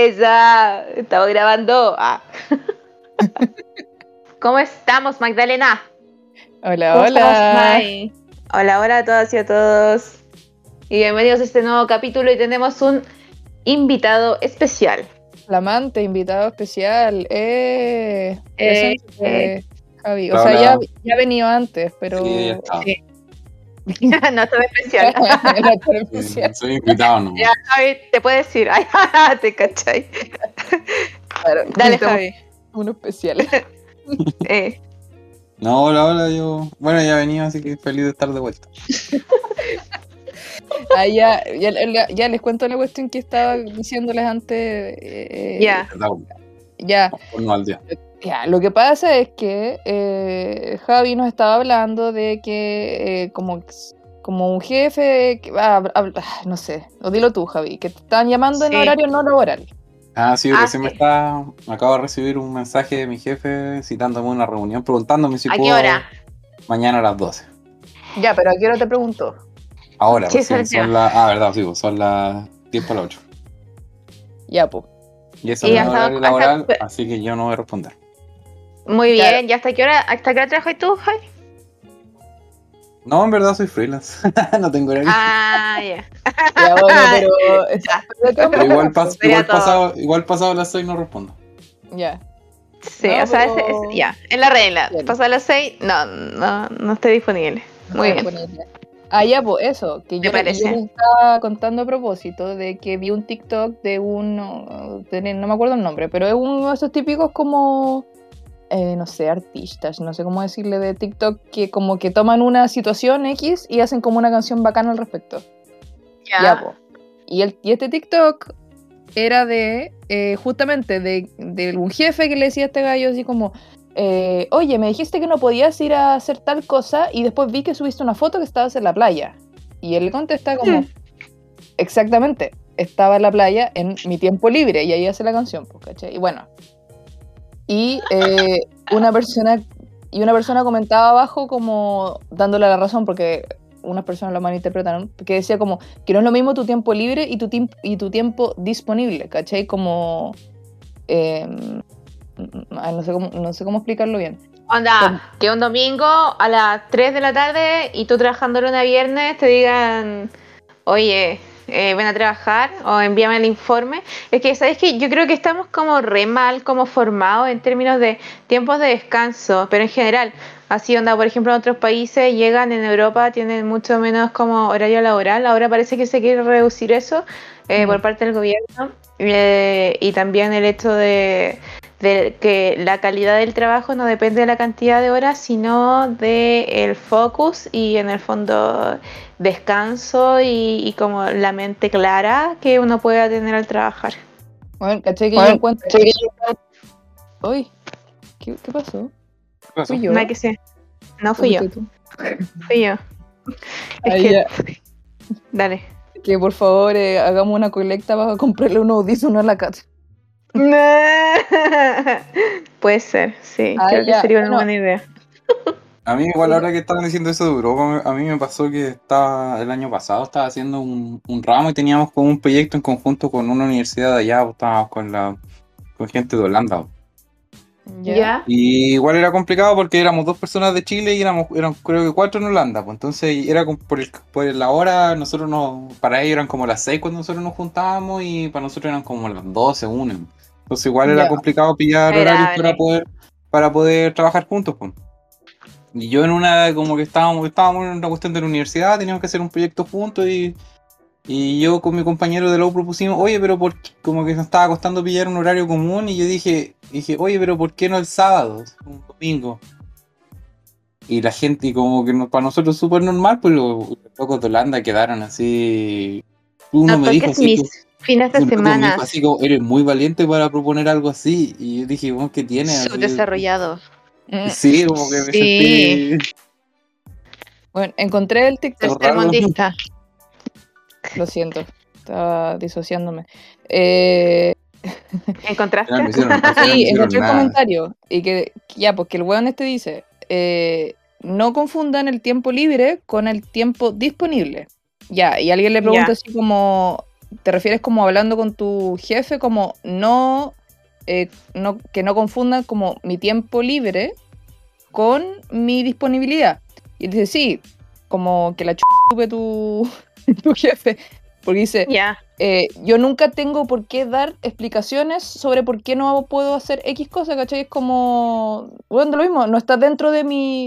Esa, estamos grabando. ¿Cómo estamos, Magdalena? Hola, ¿Cómo estamos, hola. Mai? Hola, hola a todas y a todos. Y bienvenidos a este nuevo capítulo y tenemos un invitado especial. Flamante, invitado especial. Preséntate, Javi. O Hola, sea, hola. ya ha venido antes, pero. Sí, ya está. Sí. No está especial. No es tan Sí, especial. soy invitado, ¿no? Ya, Javi, te puedes decir. Ay, te cachai. Claro, Dale, necesitamos Javi. uno especial. No, hola, yo. Bueno, ya venía, así que feliz de estar de vuelta. Ya les cuento la cuestión que estaba diciéndoles antes. Ya. Ya. No al día. Ya, lo que pasa es que Javi nos estaba hablando de que como un jefe, no sé, o dilo tú, Javi, que te están llamando en Sí. horario no laboral. Sí, recién sí. acabo de recibir un mensaje de mi jefe citándome a una reunión, preguntándome si ¿A qué puedo hora? mañana a las 12. Ya, pero ¿a qué hora te preguntó? Ahora, Sí, recién, Santiago. verdad, sí, pues, son las 10 para las 8. Ya, pues. Y ese Y no es hasta- horario hasta- laboral, así que yo no voy a responder. Muy bien. Claro. ¿Y hasta qué hora trabajas tú, Javi? No, en verdad soy freelance. No tengo horario. Ya. Ya, bueno, pero Ya. de todas Pero maneras, Sería todo. igual pasado las 6 no respondo. ya. Sí, No, o sea, pero- ya, en la regla. Bien. Pasar las 6, no estoy disponible. Muy bien. Disponible. Ya, pues eso, que ¿Te yo parece? les estaba contando a propósito de que vi un TikTok de no me acuerdo el nombre, pero es uno de esos típicos como, no sé, artistas, no sé cómo decirle, de TikTok, que como que toman una situación X y hacen como una canción bacana al respecto. Ya, pues. Y este TikTok era de, justamente, de un jefe que le decía a este gallo así como, oye, me dijiste que no podías ir a hacer tal cosa y después vi que subiste una foto que estabas en la playa. Y él le contesta como, exactamente, estaba en la playa en mi tiempo libre y ahí hace la canción, pues, ¿cachai? Y bueno, y una persona comentaba abajo como dándole la razón porque unas personas lo malinterpretaron, que decía como que no es lo mismo tu tiempo libre y tu tiempo disponible, ¿cachai? Como no sé cómo explicarlo bien. Onda, que un domingo a las 3 de la tarde y tú trabajando lunes a viernes te digan, oye, ven a trabajar o envíame el informe. Es que, ¿sabes qué? Yo creo que estamos como re mal como formados en términos de tiempos de descanso, pero en general, así onda, por ejemplo, en otros países llegan en Europa, tienen mucho menos como horario laboral. Ahora parece que se quiere reducir eso por parte del gobierno y también el hecho de que la calidad del trabajo no depende de la cantidad de horas, sino del focus y en el fondo descanso y como la mente clara que uno pueda tener al trabajar. Bueno, ¿cachai que yo encuentro? Uy, ¿qué pasó? ¿Qué pasó? ¿Fui yo? No hay que ser. No fui yo, ¿Fuiste tú? fui yo. Es Ay, que, ya. dale. Que por favor hagamos una colecta para comprarle unos audífonos a la Kat. Puede ser, sí, Ah, creo que ya, sería una bueno. buena idea. A mí igual ahora que estaban diciendo eso de Europa, a mí me pasó que el año pasado estaba haciendo un ramo y teníamos como un proyecto en conjunto con una universidad de allá, estábamos con gente de Holanda. ¿Ya? Y igual era complicado porque éramos 2 personas de Chile y eran creo que 4 en Holanda, pues entonces era por la hora, para ellos eran como las 6 cuando nosotros nos juntábamos y para nosotros eran como las 12, 1. Entonces igual era Ya. complicado pillar horarios para poder trabajar juntos, pues. Y yo como que estábamos en una cuestión de la universidad, teníamos que hacer un proyecto juntos y yo con mi compañero de la U propusimos, oye, pero como que nos estaba costando pillar un horario común y yo dije, oye, pero ¿por qué no el sábado? Un domingo. Y la gente, y como que para nosotros súper normal, pues los locos de Holanda quedaron así. Uno No me dijo toques así, mis fines de un loco me dijo semana así como, eres muy valiente para proponer algo así. Y yo dije, bueno, ¿qué tiene? Así, subdesarrollados. sí, como que me Sí, sentí Bueno, encontré el TikTok. raro. tercermundista. Lo siento, estaba disociándome. ¿Encontraste? Al final no Sí, hicieron encontré el nada. comentario. Y que ya, porque el weón este dice, no confundan el tiempo libre con el tiempo disponible. Ya, y alguien le pregunta Ya. así como, te refieres como hablando con tu jefe, como que no confundan como mi tiempo libre con mi disponibilidad. Y dice, sí, como que la chupe tu jefe, porque dice, yo nunca tengo por qué dar explicaciones sobre por qué no puedo hacer X cosa, ¿cachai? Es como, bueno, lo mismo, no está dentro del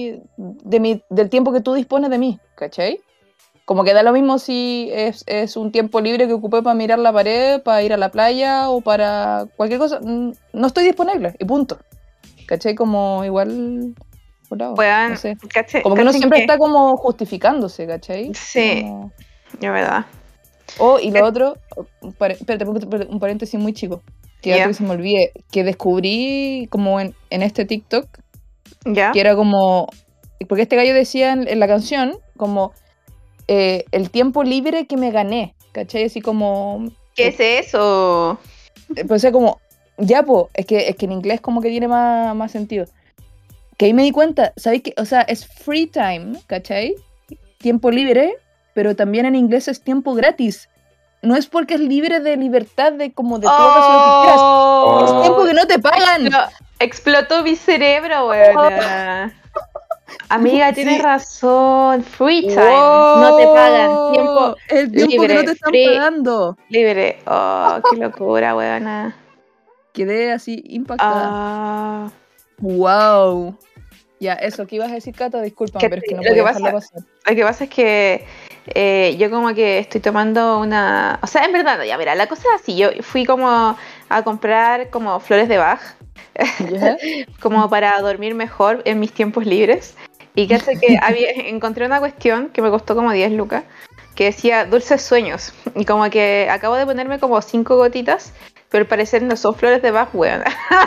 tiempo que tú dispones de mí, ¿cachai? Como que da lo mismo si es un tiempo libre que ocupé para mirar la pared, para ir a la playa o para cualquier cosa. No estoy disponible y punto. ¿Cachai? Como igual... Bueno, no sé. Como que uno siempre está como justificándose, ¿cachai? Sí, como... es verdad. Y lo otro, espérate, un paréntesis muy chico, que antes que se me olvide, que descubrí como en este TikTok, que era como... Porque este gallo decía en la canción como... el tiempo libre que me gané, ¿cachai? Así como... ¿Qué es eso? Pues o como, ya, es que en inglés como que tiene más sentido. Que ahí me di cuenta, ¿sabéis qué? O sea, es free time, ¿cachai? Tiempo libre, pero también en inglés es tiempo gratis. No es porque es libre de libertad de como de tú hagas lo que quieras. Es tiempo que no te pagan. Explotó mi cerebro, güey. Amiga, tienes razón. Free time. No te pagan. Tiempo el tiempo libre, que no te están pagando. Libre. Oh, qué locura, weona. Quedé así impactada. Wow. Ya, eso, ¿qué ibas a decir, Cata? Discúlpame, pero es que no podía dejarlo pasar. Lo que pasa es que yo como que estoy tomando una... O sea, en verdad, ya, mira, la cosa es así. Yo fui como a comprar como flores de Bach. ¿Yeah? Como para dormir mejor en mis tiempos libres. Y que hace que encontré una cuestión que me costó como 10 lucas, que decía dulces sueños. Y como que acabo de ponerme como 5 gotitas, pero al parecer no son flores de Bach, weón.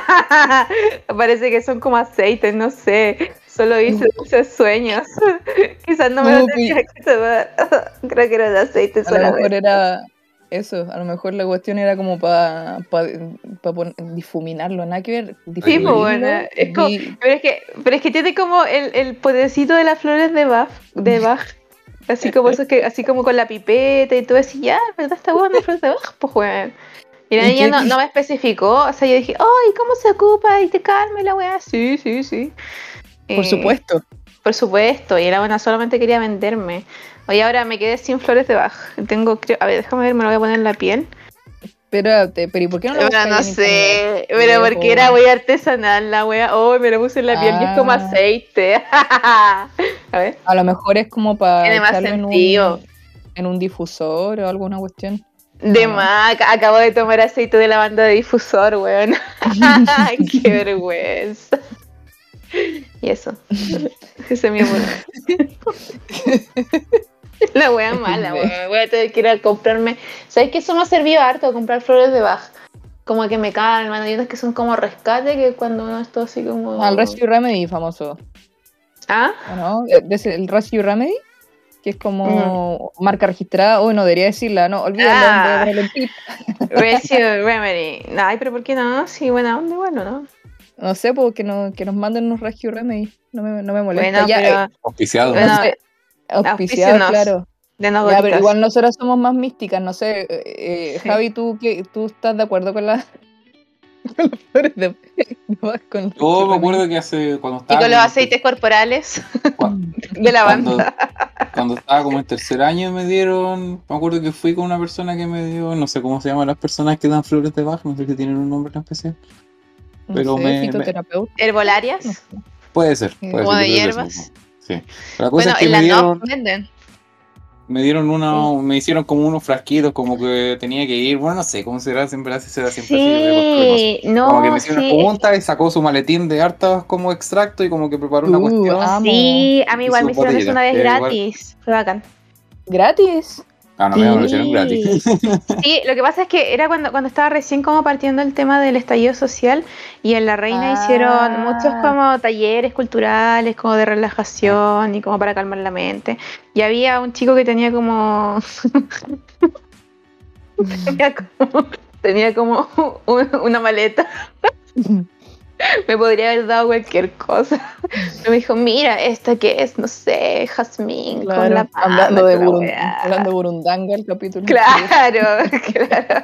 Parece que son como aceites, no sé. Solo dice dulces sueños. Quizás no me lo tenía que tomar. Creo que era de aceite solamente. A lo mejor era... Eso, a lo mejor la cuestión era como para difuminarlo, nada que ver. Sí, pues bueno, es como, pero es que tiene como el potecito de las flores de Bach, así como eso que, así como con la pipeta y todo así, ya, ¿verdad? Está bueno las flores de Bach, pues bueno. Y la niña no me especificó, o sea, yo dije, ¡ay, cómo se ocupa! Y te calme la weá, sí. Por supuesto. Por supuesto, y la buena solamente quería venderme. Oye, ahora me quedé sin flores de Bach. A ver, déjame ver, me lo voy a poner en la piel. Espérate, pero ¿y por qué no lo buscas? No sé, pero porque era muy artesanal la wea. Oh, me lo puse en la piel y es como aceite. A ver. A lo mejor es como para tiene más sentido. En un difusor o alguna cuestión. De más, acabo de tomar aceite de lavanda de difusor, weón. Qué vergüenza. Y eso. Ese es mi amor. La wea mala, wea. Voy a tener que ir a comprarme. ¿Sabes qué? Eso me ha servido harto, comprar flores de Bach. Como que me calman. Hay unas que son como rescate, que cuando uno está así como... El Rescue Remedy famoso. ¿Ah? ¿No? El Rescue Remedy, que es como marca registrada. Uy, no debería decirla, no, olvídalo. Rescue Remedy. Ay, pero ¿por qué no? Sí, buena onda, bueno, ¿no? No sé, porque que nos manden unos Rescue Remedy. No me molesta. Bueno, ya, pero... Auspiciado. Bueno, auspiciado, claro. Ya, pero igual nosotras somos más místicas, no sé. Sí. Javi, ¿tú estás de acuerdo con las flores de Bach? Yo me acuerdo que cuando estaba... Y con los aceites corporales de lavanda. Cuando estaba como en tercer año me dieron... Me acuerdo que fui con una persona que me dio... No sé cómo se llaman las personas que dan flores de Bach, no sé si tienen un nombre en especial. Pero no sé, fitoterapeuta. ¿Herbolarias? No sé. Puede ser. ¿Como de hierbas? Sí. La cosa es que me dieron me hicieron como unos frasquitos, como que tenía que ir, bueno, no sé cómo será, siempre así. Sí, no, como que me hicieron una pregunta y sacó su maletín de hartas como extracto y como que preparó una cuestión. Sí, a mí igual me hicieron eso una vez gratis, fue bacán. ¿Gratis? No, me lo hicieron gratis. Sí, lo que pasa es que era cuando estaba recién como partiendo el tema del estallido social y en La Reina hicieron muchos como talleres culturales, como de relajación y como para calmar la mente. Y había un chico que tenía como... tenía como una maleta Me podría haber dado cualquier cosa. Pero me dijo, mira, esta que es, no sé, jazmín con la palma. Hablando de Burundanga el capítulo. Claro, claro.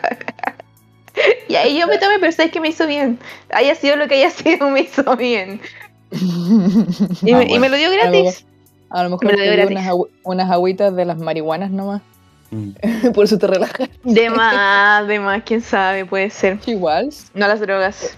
Y ahí yo me tomé, pero sabes que me hizo bien. Haya sido lo que haya sido, me hizo bien. Y me lo dio gratis. A lo mejor te dio unas agüitas de las marihuanas nomás. Por eso te relajas. De más, quién sabe, puede ser. Igual. No las drogas.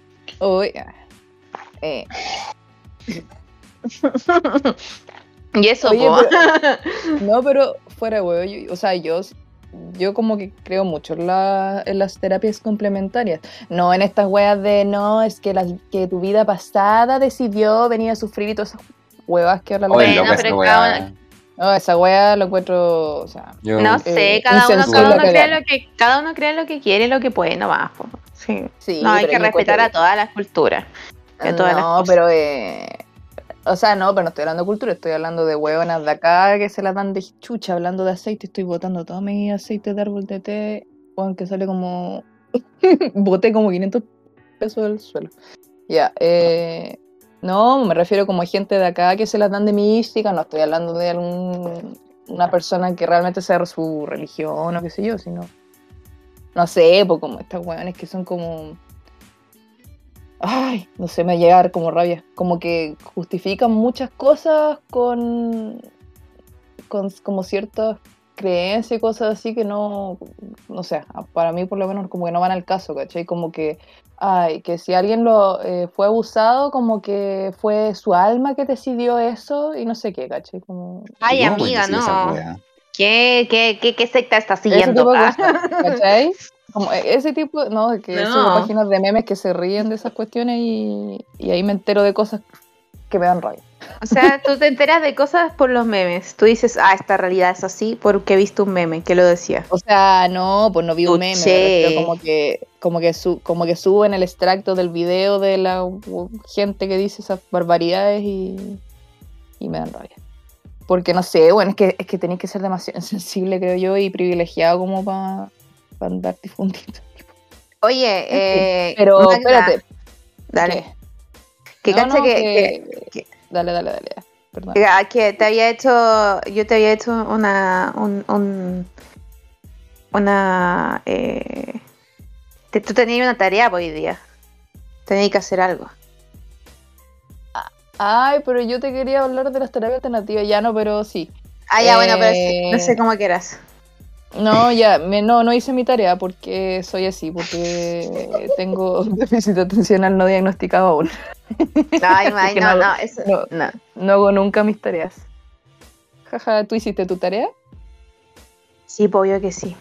Y eso, oye, pero fuera de huevo, o sea, yo como que creo mucho en las terapias complementarias. No en estas weas de no, es que tu vida pasada decidió venir a sufrir y todas esas huevas que hablan. Bueno, pero no, esa wea lo encuentro, o sea... no sé, cada uno cree lo que quiere, lo que puede, no más. Sí. No, hay que respetar a todas las culturas. Pero... O sea, no, pero no estoy hablando de cultura, estoy hablando de huevonas de acá que se las dan de chucha. Hablando de aceite, estoy botando todo mi aceite de árbol de té, aunque sale como... boté como 500 pesos del suelo. Ya, no, me refiero como gente de acá que se las dan de mística, no estoy hablando de una persona que realmente sea su religión o qué sé yo, sino... No sé, pues como estas huevones que son como... Ay, no sé, me llega a dar como rabia. Como que justifican muchas cosas con como ciertas creencias y cosas así que no sé, para mí por lo menos como que no van al caso, ¿cachai? Como que, que si alguien fue abusado, como que fue su alma que decidió eso y no sé qué, ¿cachai? Como... Ay, amiga, no. ¿Qué secta está siguiendo? ¿Cachai? Como ese tipo, no, que sigo páginas de memes que se ríen de esas cuestiones y ahí me entero de cosas que me dan rabia. O sea, tú te enteras de cosas por los memes. Tú dices, esta realidad es así porque he visto un meme que lo decía. O sea, no, pues no vi un meme, pero como que suben el extracto del video de la gente que dice esas barbaridades y me dan rabia. Porque no sé, bueno, es que tenés que ser demasiado sensible, creo yo, y privilegiado como para andar difundiendo. Oye, pero Magda, espérate. Dale. Dale. Perdón. Que te había hecho, yo te había hecho tú tenías una tarea hoy día. Tenías que hacer algo. Ay, pero yo te quería hablar de las terapias alternativas, ya no, pero sí. Bueno, pero sí, no sé cómo quieras. No, ya, no hice mi tarea porque soy así, porque tengo déficit atencional no diagnosticado aún. Ay, no hago nunca mis tareas. Jaja, ¿tú hiciste tu tarea? Sí, pues obvio que sí.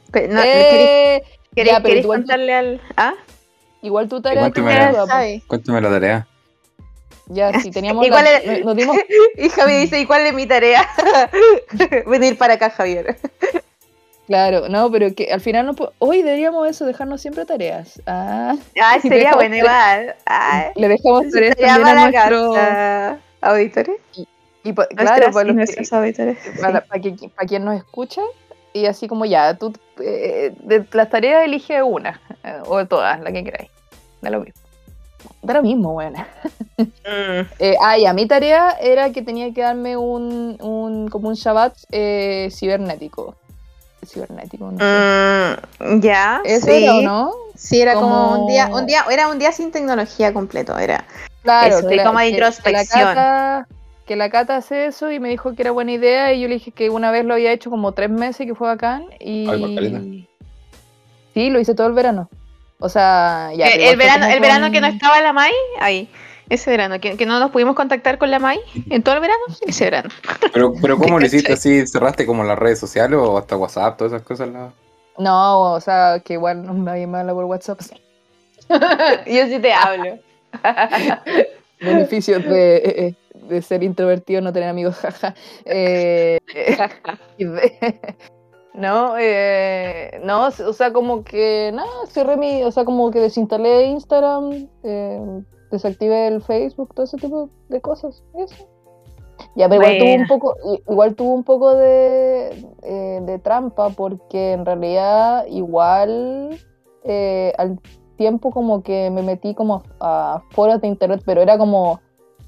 ¿Querés contarle al...? Igual tu tarea. Cuéntame la tarea. Ya, sí, teníamos... nos dimos... Y Javi dice, ¿y cuál es mi tarea? Venir para acá, Javier. Claro, no, pero que al final hoy deberíamos dejarnos siempre tareas. Sería bueno igual. Le dejamos tareas también a nuestros auditores. Claro, para nuestros auditores. Para quien nos escucha, y así como ya, tú de las tareas elige una, o todas, la que queráis. Da lo mismo, buena. Ya, mi tarea era que tenía que darme como un Shabbat cibernético, no sé. Ya, ¿Eso sí. era o no? Sí, era como un día sin tecnología completo, era. Claro, eso, como de introspección. Que la Cata hace eso y me dijo que era buena idea y yo le dije que una vez lo había hecho como 3 meses y que fue bacán y... Sí, lo hice todo el verano. O sea, ya. El verano que no estaba la Mai, ahí. Ese verano, que no nos pudimos contactar con la Mai en todo el verano, ese verano. Pero ¿cómo lo hiciste así? ¿Cerraste como las redes sociales o hasta WhatsApp, todas esas cosas? No, o sea, que igual nadie me habla por WhatsApp. Yo sí te hablo. Beneficios de ser introvertido, no tener amigos, jaja. No, o sea, como que cerré o sea, como que desinstalé Instagram, desactivé el Facebook, todo ese tipo de cosas, eso. Ya, pero igual tuvo un poco de trampa, porque en realidad igual tiempo como que me metí como a foros de internet, pero era como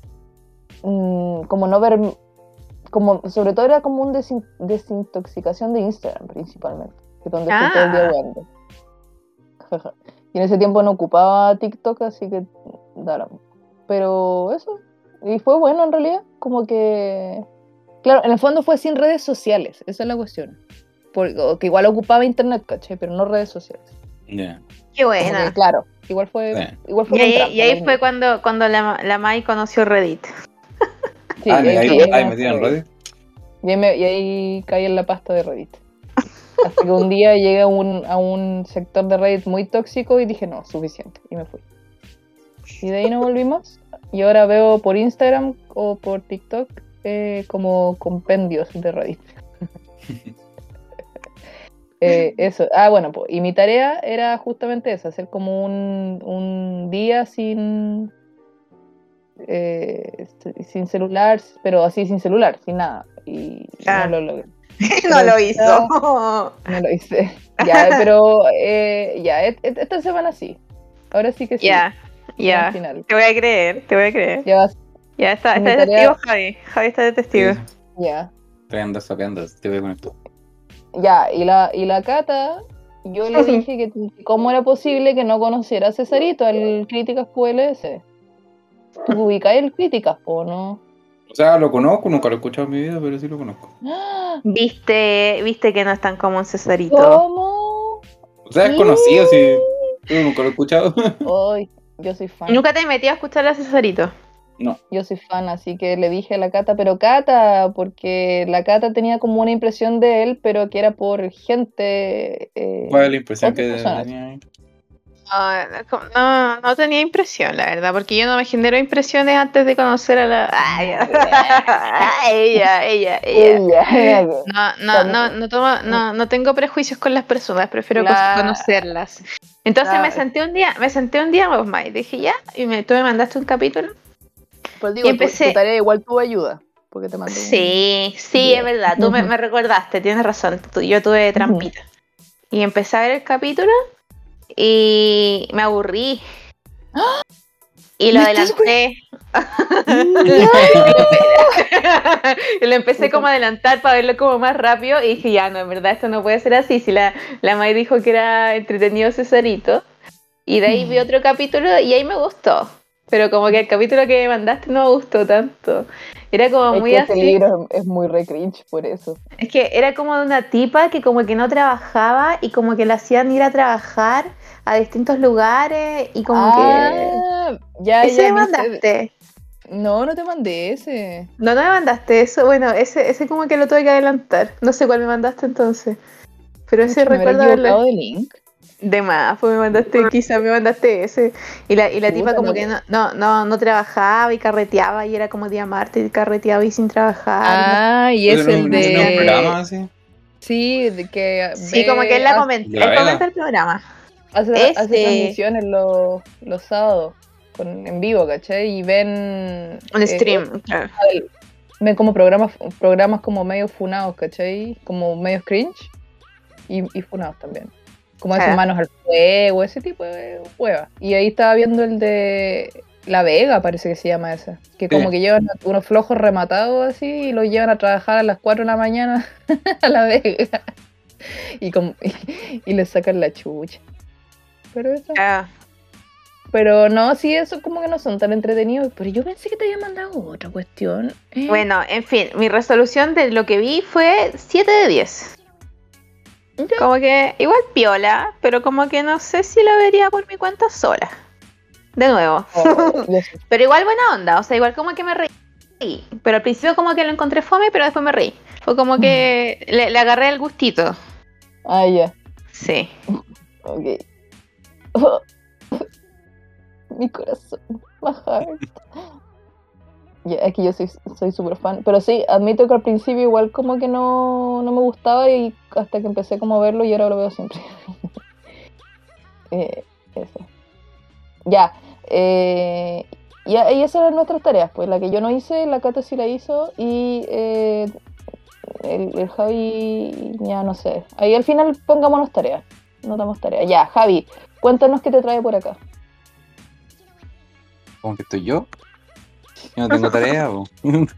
no ver, como sobre todo era como un desintoxicación de Instagram principalmente, que es donde estoy todo el día jugando. Y en ese tiempo no ocupaba TikTok, así que pero eso, y fue bueno en realidad, como que claro, en el fondo fue sin redes sociales, esa es la cuestión, porque igual ocupaba internet, ¿cachai? Pero no redes sociales. Yeah. Qué buena. Que, claro, igual fue Sí. con Y trampa, ahí fue cuando la Mai conoció Reddit. Sí, ahí metida en Reddit. Y ahí caí en la pasta de Reddit. Hasta que un día llegué a un sector de Reddit muy tóxico y dije, no, suficiente, y me fui. Y de ahí no volví más. Y ahora veo por Instagram o por TikTok como compendios de Reddit. Eso. Bueno, pues, y mi tarea era justamente esa, hacer como un día sin celular, pero así sin celular, sin nada. Y no lo logré. No lo hizo. No lo hice. Ya, pero esta semana sí. Ahora sí que sí. Ya. Te voy a creer. Ya está de testigo Javi. Javi está de testigo. Sí. Ya. Te andas sapeando, te voy con esto. Ya, y la Cata, yo le dije que cómo era posible que no conociera a Cesarito, al Críticas QLS. ¿Tú ubicás el Críticas o no? O sea, lo conozco, nunca lo he escuchado en mi vida, pero sí lo conozco. ¿Viste que no es tan común Cesarito? ¿Cómo? O sea, es conocido, sí. Yo nunca lo he escuchado. Ay, yo soy fan. ¿Nunca te metí a escuchar a Cesarito? No. Yo soy fan, así que le dije a la Cata, pero Cata, porque la Cata tenía como una impresión de él, pero que era por gente... ¿Cuál es la impresión que personas. tenía ahí? No tenía impresión, la verdad, porque yo no me genero impresiones antes de conocer a la... ella. No tengo prejuicios con las personas, prefiero conocerlas. Entonces me senté un día, vos, Mai, dije ya, y tú me mandaste un capítulo. Pues digo, y empecé... tu tarea igual tuvo ayuda, porque te mandé Sí, es verdad, tú me recordaste, tienes razón, yo tuve trampita. Y empecé a ver el capítulo y me aburrí. Y lo adelanté. Y lo empecé como a adelantar para verlo como más rápido. Y dije, ya, no, en verdad esto no puede ser así. Si la Mai dijo que era entretenido Cesarito. Y de ahí vi otro capítulo y ahí me gustó. Pero como que el capítulo que me mandaste no me gustó tanto. Era como muy que así. Este libro es muy re cringe por eso. Es que era como de una tipa que como que no trabajaba y como que la hacían ir a trabajar a distintos lugares y como que... ¿Ese me mandaste? No te mandé ese. No me mandaste eso. Bueno, ese como que lo tuve que adelantar. No sé cuál me mandaste entonces. Pero ese recuerdo haberlo... de link? De más, pues quizás me mandaste ese. Y la tipa como que no trabajaba y carreteaba y era como día martes y carreteaba y sin trabajar. Y es el de... un programa así. Sí, de que... Sí, como que él comenta el programa. Hace transmisiones los sábados en vivo, ¿cachai? Y ven... Un stream, claro. Ven como programas como medio funados, ¿cachai? Como medio cringe y funados también. Como esas manos al fuego, ese tipo de hueva. Y ahí estaba viendo el de La Vega, parece que se llama esa. Que como que llevan unos flojos rematados así y los llevan a trabajar a las 4 de la mañana a La Vega. Y les sacan la chucha. Pero eso... Pero no, sí, eso como que no son tan entretenidos. Pero yo pensé que te había mandado otra cuestión. Bueno, en fin, mi resolución de lo que vi fue 7 de 10. Okay. Como que igual piola, pero como que no sé si lo vería por mi cuenta sola. De nuevo. Pero igual buena onda, o sea, igual como que me reí. Pero al principio como que lo encontré fome, pero después me reí. Fue como que le agarré el gustito. Ya. Sí. Ok. Mi corazón. My heart. Es que yo soy súper fan, pero sí, admito que al principio igual como que no me gustaba y hasta que empecé como a verlo y ahora lo veo siempre. Eso. Ya, y esas eran nuestras tareas, pues la que yo no hice, la Cata sí la hizo y el Javi ya no sé. Ahí al final pongámonos tareas. no damos tarea. Ya, Javi, cuéntanos qué te trae por acá. ¿Cómo que estoy yo? Yo no tengo tarea, po.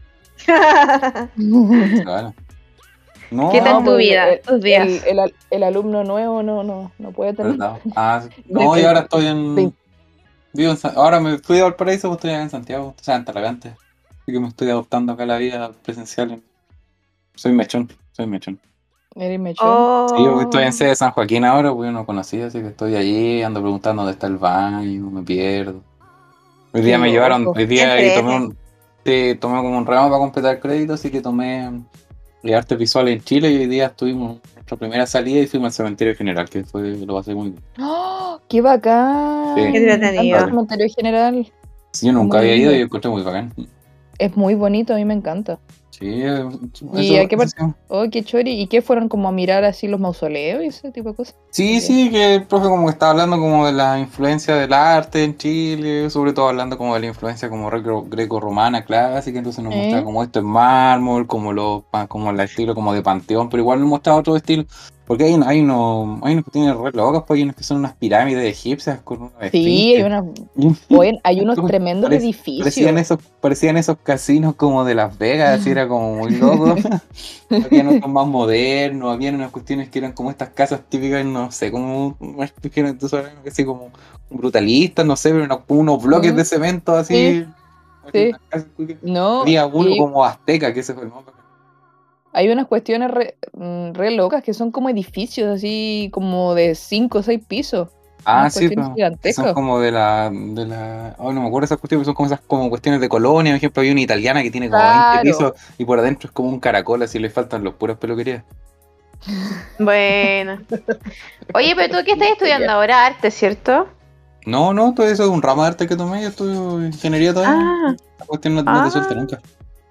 Claro. No, ¿Qué tal tu pues vida? Tus días. el alumno nuevo no puede tener. ¿verdad? No, y ahora estoy en. Ahora me fui a Valparaíso, pues estoy acá en Santiago, o sea, en Talagante. Así que me estoy adoptando acá la vida presencial. Soy mechón. Eres mechón. Sí, yo estoy en Oh. sede de San Joaquín ahora, pues yo no conocía, así que estoy allí, ando preguntando dónde está el baño, me pierdo. Hoy Qué día me llevaron, loco. hoy día y Entrete. sí, tomé como un ramo para completar crédito, así que tomé artes visuales en Chile y hoy día estuvimos en nuestra primera salida y fuimos al cementerio general, que lo pasé muy bien. ¡Oh, qué bacán! Sí, Qué Me encanta el entretenido. cementerio general. sí, yo Es nunca muy había ido y lindo. yo encontré muy bacán. Es muy bonito, a mí me encanta. Sí, ¿Y a qué eso parte? sí. Oh, qué chori. ¿Y qué fueron como a mirar así los mausoleos y ese tipo de cosas? Sí, Ok. sí, que el profe como que estaba hablando como de la influencia del arte en Chile, sobre todo hablando como de la influencia como greco-romana clásica, entonces nos mostraba ¿Eh? como esto en mármol, como el estilo como de panteón, pero igual nos mostraba otro estilo, porque hay unos que tienen re locos, pues hay unos que son unas pirámides egipcias con una Sí, esfinge. hay unos tremendos Parecían edificios. esos casinos como de Las Vegas, así era como muy loco. Habían otros más modernos, habían unas cuestiones que eran como estas casas típicas, no sé, como así como brutalistas, no sé, pero como unos bloques de cemento Sí, así. sí. No, Había uno y como azteca, que ese fue el más bacán. hay unas cuestiones re locas que son como edificios así como de 5 o 6 pisos. Ah, Unas sí, cuestiones pero que son gigantescas. como oh, no me acuerdo esas cuestiones, pero son como esas como cuestiones de colonia. Por ejemplo, hay una italiana que tiene como 20 Claro. pisos y por adentro es como un caracol, así le faltan los puras peluquerías. Bueno. Oye, pero tú qué estás estudiando Ya. ahora, arte, ¿cierto? No, todo eso es un ramo de arte que tomé, yo estudio ingeniería todavía. Ah, La cuestión no te suelta ah, nunca.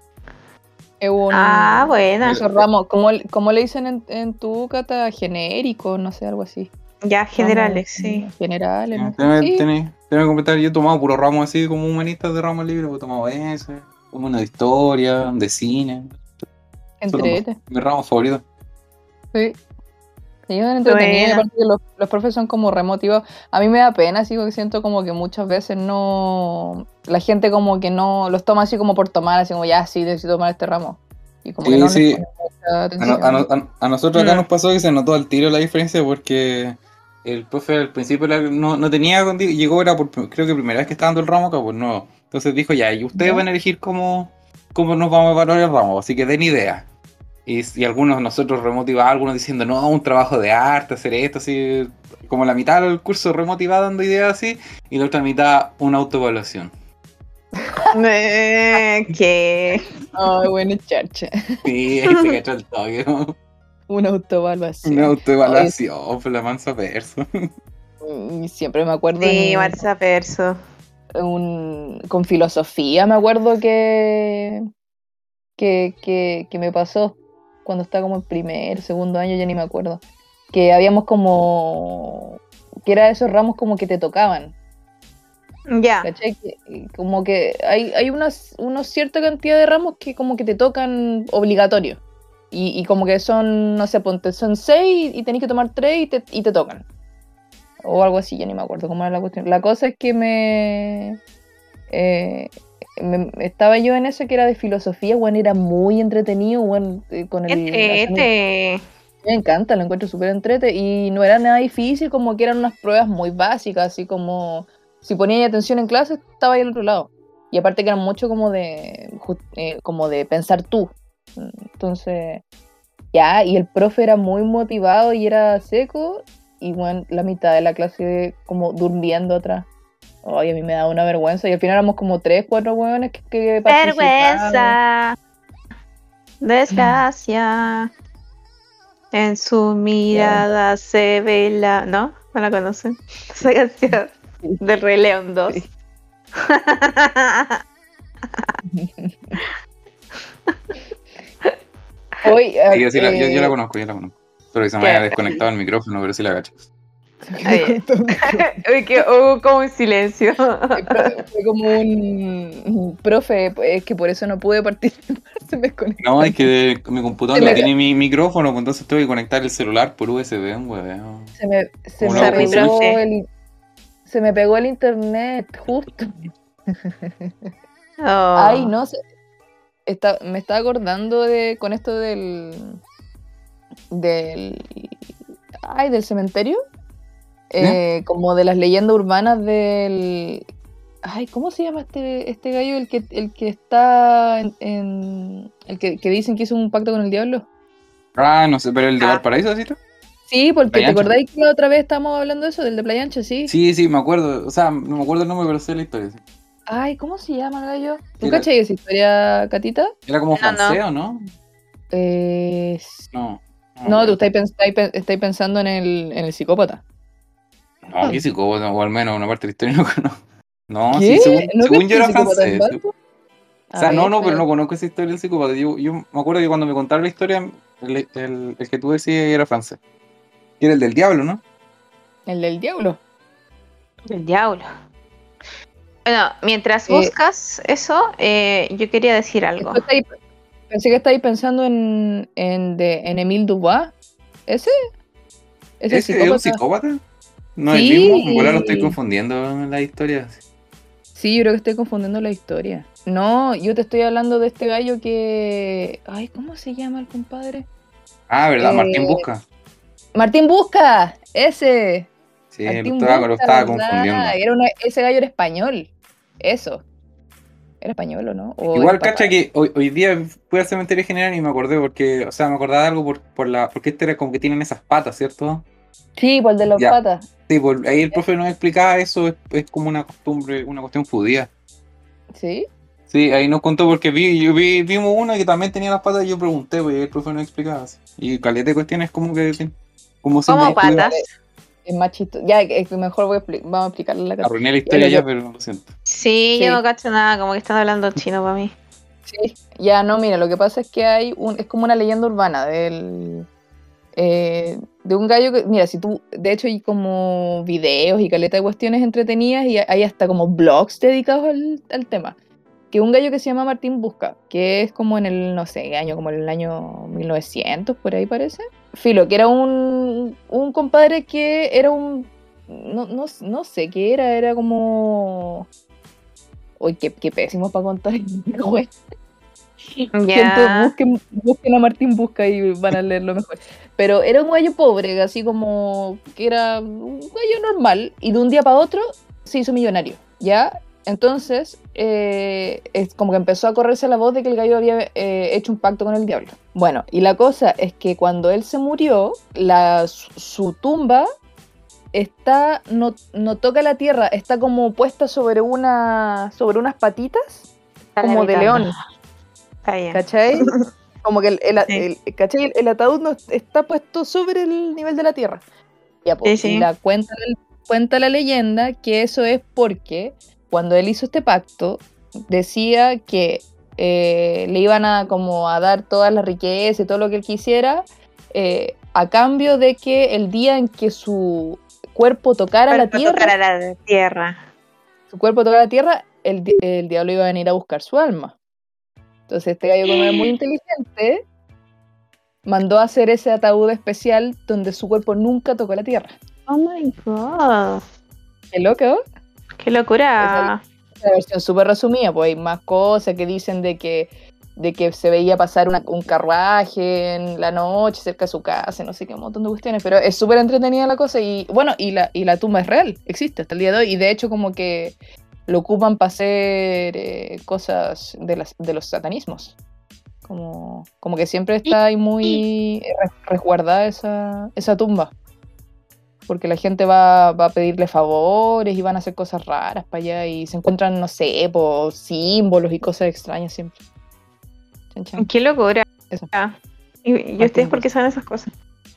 Es buena. esos ramos, ¿cómo le dicen en tu cata? Genérico, no sé, algo así. Ya, Ramos generales, sí. generales, no sé. Tengo Sí, que comentar, yo he tomado puro ramos así como humanistas de ramos libres, he tomado ese, como uno de historia, de cine, son entrete. mis ramos favoritos. Sí. Sí, es entretenido y Buena. aparte que los profes son como remotivados. A mí me da pena, así que siento como que muchas veces no, la gente como que no los toma así como por tomar, así como ya sí, necesito tomar este ramo. Y como que Sí, no les sí, pone mucha atención. a nosotros acá No. nos pasó que se notó al tiro la diferencia porque el profe al principio no tenía, llegó, era creo que primera vez que estaba dando el ramo acá, pues no. Entonces dijo ya, y ustedes ¿Ya? van a elegir cómo nos vamos a evaluar el ramo, así que den idea. Y algunos nosotros remotivados, algunos diciendo, no, un trabajo de arte, hacer esto, así, como la mitad del curso remotivado dando ideas así, y la otra mitad una autoevaluación. ¿Qué? Ay, bueno, charcha. Sí, ahí se cachó el toque, ¿no? Una Una autoevaluación. Ay, autoevaluación, por la mansa perso. siempre me acuerdo Sí, Marza Perso. con filosofía, me acuerdo que me pasó cuando estaba como en primer, segundo año, ya ni me acuerdo. Que habíamos que era esos ramos como que te tocaban. Ya. ¿Cachai? Como que hay una cierta cantidad de ramos que como que te tocan obligatorio. Y como que son, no sé, ponte, son 6 y tenés que tomar 3 y te tocan. O algo así, ya ni me acuerdo cómo era la cuestión. La cosa es que estaba yo en eso que era de filosofía, bueno, era muy entretenido, bueno, Entrete. me encanta, lo encuentro súper entrete y no era nada difícil, como que eran unas pruebas muy básicas, así como si ponía atención en clase, estaba ahí al otro lado. Y aparte que eran mucho como de pensar tú. Entonces, ya, y el profe era muy motivado y era seco, y bueno, la mitad de la clase como durmiendo atrás. Ay, a mí me da una vergüenza. Y al final éramos como 3, 4 hueones que participaban. Vergüenza. Desgracia. En su mirada se ve la. ¿No? ¿No la conocen? Esa canción del Rey León 2. Sí. Hoy, Sí, yo la conozco, Pero que se me haya desconectado el micrófono, pero sí la cacho. Hubo como un silencio. Fue como un profe, es que por eso no pude participar, se me desconectó. No, es que mi computador no tiene mi micrófono, pues entonces tengo que conectar el celular por USB, weón. Se me pegó el internet, justo. Oh. Ay, no sé. Me estaba acordando con esto del cementerio. Como de las leyendas urbanas del... Ay, ¿cómo se llama este gallo? El que está el que dicen que hizo un pacto con el diablo. Ah, no sé, pero el de Valparaíso, ¿sí? Sí, porque ¿te acordáis que la otra vez estábamos hablando de eso, del de Playa Ancha? Sí. Sí, me acuerdo. O sea, no me acuerdo el nombre, pero sé la historia. Sí. Ay, ¿cómo se llama el gallo? ¿Tú cachai esa historia, Catita? ¿Era como francés o no? No, tú estáis pensando en el psicópata. No, ¿qué psicópata? O al menos una parte de la historia no conozco. No, ¿Qué? sí, según yo era francés. O sea, pero no conozco esa historia del psicópata. Yo me acuerdo que cuando me contaron la historia, el que tú decías era francés. Y era el del diablo, ¿no? El del diablo. El diablo. Bueno, mientras buscas eso, yo quería decir algo. Pensé que estáis pensando en Émile Dubois. ¿Ese? ¿Ese es un psicópata? ¿No es el mismo? Igual lo estoy confundiendo en la historia. Sí, yo creo que estoy confundiendo la historia. No, yo te estoy hablando de este gallo que... Ay, ¿cómo se llama el compadre? Ah, ¿verdad? Martín Busca. ¡Martín Busca! ¡Ese! Sí, lo estaba confundiendo. Ese gallo era español. Eso. ¿Era español o no? Igual, cacha, que hoy día fui al cementerio general y me acordé porque... O sea, me acordaba de algo porque este era como que tienen esas patas, ¿cierto? Sí, por el de las patas. Sí, ahí el profe nos explicaba eso, es como una costumbre, una cuestión judía. ¿Sí? Sí, ahí nos contó porque vimos uno que también tenía las patas y yo pregunté, pues el profe nos explicaba así. Y caleta de cuestiones como que... ¿Cómo patas? Es machito. Ya, es mejor vamos a explicarle la cosa. Arruiné la historia ya, pero lo siento. Sí, yo no cacho nada, como que están hablando chino para mí. Sí, ya no, mira, lo que pasa es que es como una leyenda urbana de un gallo que, mira, si tú, de hecho hay como videos y caleta de cuestiones entretenidas y hay hasta como blogs dedicados al tema, que un gallo que se llama Martín Busca, que es como en el, no sé, como en el año 1900, por ahí parece, filo, que era un compadre que era no sé qué era como... Uy, qué pésimo para contar. Gente, busquen a Martín Busca y van a leerlo mejor. Pero era un gallo pobre, así como que era un gallo normal, y de un día para otro se hizo millonario, ¿ya? Entonces, es como que empezó a correrse la voz de que el gallo había hecho un pacto con el diablo. Bueno, y la cosa es que cuando él se murió, su tumba no toca la tierra, está como puesta sobre unas patitas, como de león. ¿Cachai? Como que ¿cachai? El ataúd no está puesto sobre el nivel de la tierra. Ya, pues, sí. Y cuenta la leyenda que eso es porque cuando él hizo este pacto, decía que le iban a dar todas las riquezas y todo lo que él quisiera, a cambio de que el día en que su cuerpo tocara la tierra, su cuerpo tocara la tierra, el diablo iba a venir a buscar su alma. Entonces este gallo, como era muy inteligente, mandó a hacer ese ataúd especial donde su cuerpo nunca tocó la tierra. Oh my god. ¿Qué loco? Qué locura. Esa versión súper resumida, pues hay más cosas que dicen de que se veía pasar un carruaje en la noche cerca de su casa, no sé qué, un montón de cuestiones, pero es súper entretenida la cosa y bueno, y la tumba es real, existe hasta el día de hoy, y de hecho como que lo ocupan para hacer cosas de los satanismos. Como que siempre está ahí muy resguardada esa tumba. Porque la gente va a pedirle favores y van a hacer cosas raras para allá y se encuentran, no sé, símbolos y cosas extrañas siempre. Chan, chan. Qué locura. Eso. ¿Y ustedes por qué saben esas cosas?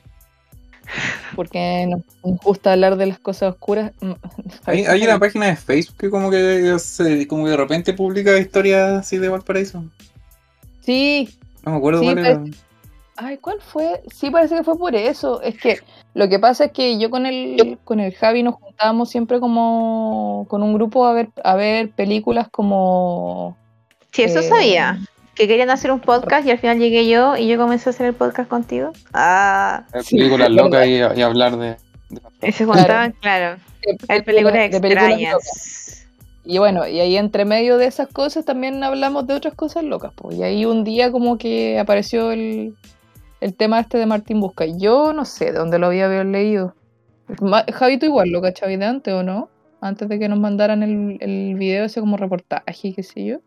Porque nos gusta hablar de las cosas oscuras. Hay una página de Facebook que como que de repente publica historias así de Valparaíso. Sí. No me acuerdo cuál era. Ay, ¿cuál fue? Sí, parece que fue por eso. Es que lo que pasa es que yo con el Javi nos juntábamos siempre como con un grupo a ver películas como... Sí, eso sabía. Que querían hacer un podcast y al final llegué yo y yo comencé a hacer el podcast contigo. Sí, películas es locas verdad. y hablar de... Y se juntaban, claro. Hay películas de películas extrañas. locas. Y bueno, y ahí entre medio de esas cosas también hablamos de otras cosas locas, pues. Y ahí un día como que apareció el tema este de Martín Busca. Yo no sé de dónde lo había leído. Javito igual lo cachabas de antes, ¿o no? Antes de que nos mandaran el video ese como reportaje, qué sé yo.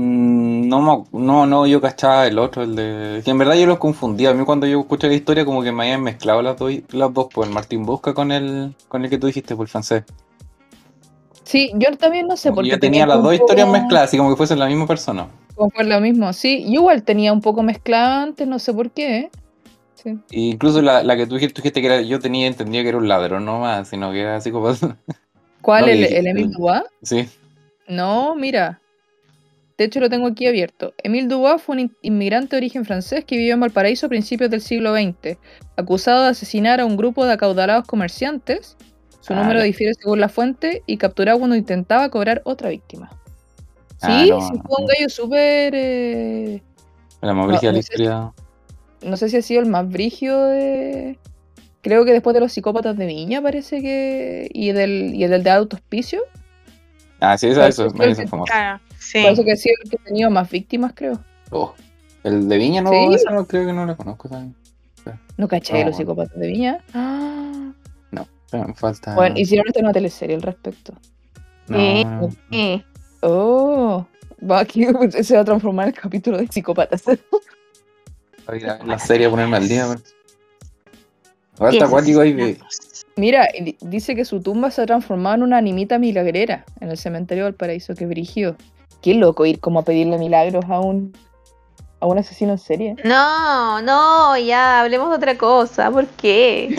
No, yo cachaba el otro, el de... Que en verdad yo los confundía. A mí cuando yo escuché la historia como que me habían mezclado las dos, pues el Martín Busca con el que tú dijiste, por el francés. Sí, yo también no sé Como por que qué yo tenía las un dos historias poco... mezcladas, así como que fuesen la misma persona. Como fue lo mismo, sí. Yo igual tenía un poco mezclada antes, no sé por qué. Sí. E incluso la que tú dijiste que era, yo tenía entendido que era un ladrón nomás, sino que era psicópata. ¿Cuál? No, que ¿El Emile Dubois? sí. No, mira. De hecho, lo tengo aquí abierto. Émile Dubois fue un inmigrante de origen francés que vivió en Valparaíso a principios del siglo XX. Acusado de asesinar a un grupo de acaudalados comerciantes, su número difiere según la fuente, y capturado cuando intentaba cobrar otra víctima. Sí, No, sí fue un gallo súper... la más brígida de la historia. No sé si ha sido el más brígido de... Creo que después de los psicópatas de Viña parece que... Y el de Alto Hospicio. Sí, eso es famoso. Claro, sí. Parece que ha sido el que ha tenido más víctimas, creo. Oh, el de Viña no, ¿Sí? esa no creo que no la conozco también. ¿No caché No, los psicópatas de Viña? Ah. No, pero me falta. Bueno, hicieron hasta una teleserie al respecto. No. Sí. Oh, aquí se va a transformar el capítulo de psicópatas. Voy a ir a la serie a ponerme al día. Falta acuático ahí. Mira, dice que su tumba se ha transformado en una animita milagrera en el cementerio del Paraíso, que brígido. Qué loco ir como a pedirle milagros a un asesino en serie. No, ya, hablemos de otra cosa. ¿Por qué?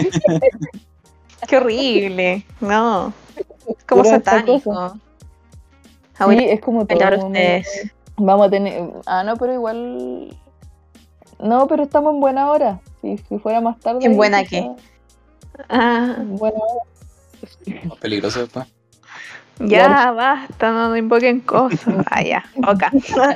Qué horrible. No. Es como Pura satánico. Sí, es como todo. Claro, ustedes. Vamos a tener... no, pero igual... No, pero estamos en buena hora. Si fuera más tarde... ¿En buena qué? En buena hora. Más peligroso después. Ya, basta, no invoquen cosas. Ya, ok.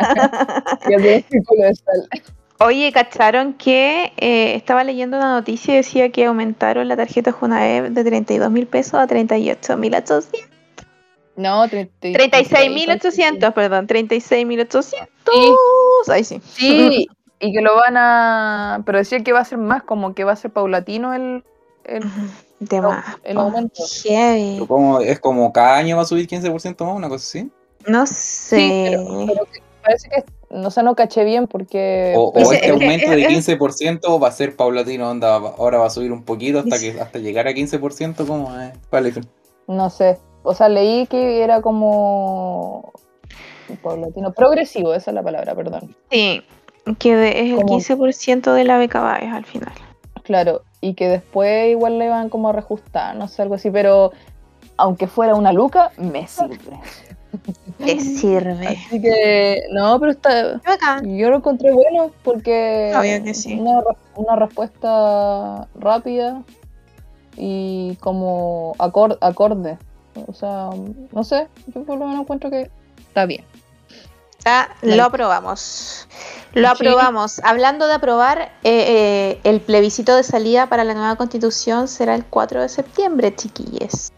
Oye, ¿cacharon que estaba leyendo una noticia y decía que aumentaron la tarjeta Junaev de 32.000 pesos a 38.800? No, 36.800, perdón, 36.800. Ay, sí. Sí, y que lo van a... Pero decía que va a ser más, como que va a ser paulatino el aumento. Heavy. Es como cada año va a subir 15% más, una cosa así. No sé. Sí, pero parece que... No caché bien porque... O este aumento de 15% va a ser paulatino, onda, ahora va a subir un poquito hasta llegar a 15%, ¿cómo es? Vale. No sé, o sea, leí que era como paulatino, progresivo, esa es la palabra, perdón. Sí, que es el 15% de la beca Baez al final. Claro, y que después igual le iban como a reajustar, no sé, algo así, pero aunque fuera una luca, me sirve. Te sirve. Así que, no, pero está... Yo lo encontré bueno porque... Obvio que sí. Una respuesta rápida y como acorde. O sea, no sé, yo por lo menos encuentro que está bien. Lo aprobamos. Lo aprobamos. Hablando de aprobar, el plebiscito de salida para la nueva constitución será el 4 de septiembre, chiquillos.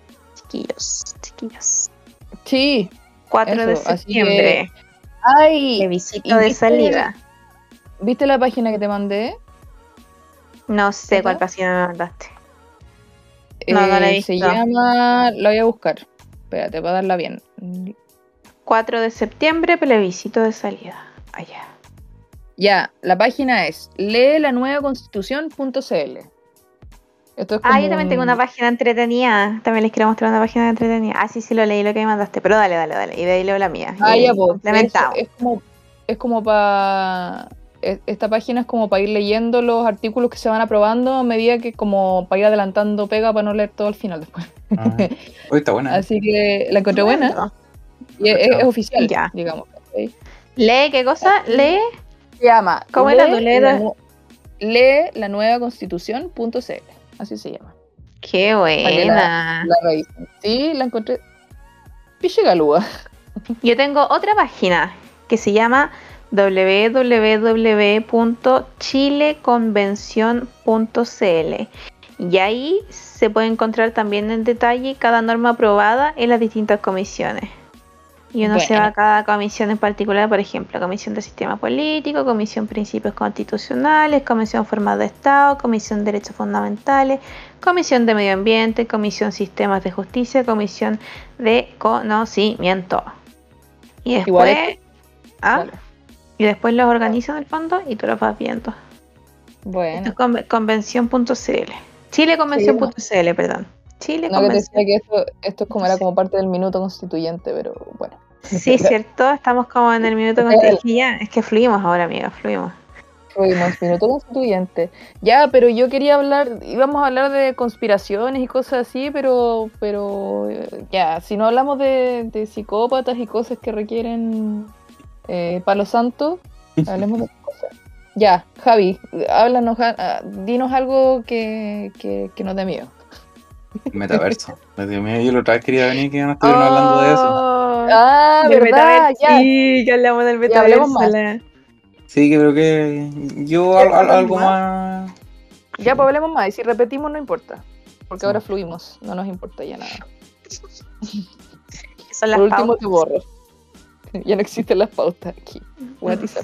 Sí. 4 de septiembre. Plebiscito de salida. ¿Viste la página que te mandé? No sé cuál página me mandaste. No la he visto. Se llama... La voy a buscar. Espérate, para darla bien. 4 de septiembre, plebiscito de salida. Allá. Ya, la página es leelanuevaconstitución.cl. Esto es como yo también tengo una página entretenida. También les quiero mostrar una página entretenida. Sí, lo leí lo que me mandaste. Pero dale. Y de ahí leo la mía. Ya, pues. Complementado. Es como para... Esta página es como para ir leyendo los artículos que se van aprobando a medida que como para ir adelantando pega para no leer todo al final después. Está buena. Así que la encontré buena. Y es oficial, ya, digamos. ¿Okay? ¿Lee qué cosa? ¿Lee? Se llama... ¿Cómo era tu lee la nueva constitución.cl, así se llama. Qué buena. La revisen. Sí, la encontré. Piche galúa. Yo tengo otra página que se llama www.chileconvención.cl y ahí se puede encontrar también en detalle cada norma aprobada en las distintas comisiones. Y uno se va a cada comisión en particular, por ejemplo, Comisión de Sistema Político, Comisión Principios Constitucionales, Comisión Formas de Estado, Comisión Derechos Fundamentales, Comisión de Medio Ambiente, Comisión Sistemas de Justicia, Comisión de Conocimiento. Y después, y después los organizan en el fondo y tú los vas viendo. Bueno. Esto es convención.cl. Chileconvención.cl, perdón. Chile no, que te decía que esto es como era como parte del minuto constituyente, pero bueno. Sí, cierto, estamos como en el minuto constituyente. Es que fluimos ahora, amiga, fluimos. Minuto constituyente. Ya, pero yo quería íbamos a hablar de conspiraciones y cosas así, pero ya, si no hablamos de psicópatas y cosas que requieren palo santo, hablemos de cosas. Ya, Javi, háblanos, dinos algo que nos dé miedo. Metaverso. Dios mío, yo la otra vez quería venir que no estuvieron hablando de eso. ¿Verdad? Sí, que hablamos del metaverso. Sí, creo que yo algo más. Ya, pues hablemos más. Y si repetimos, no importa. Porque ahora fluimos. No nos importa ya nada. Son las Por último, pautas. te borro. Ya no existen las pautas aquí. Guatiza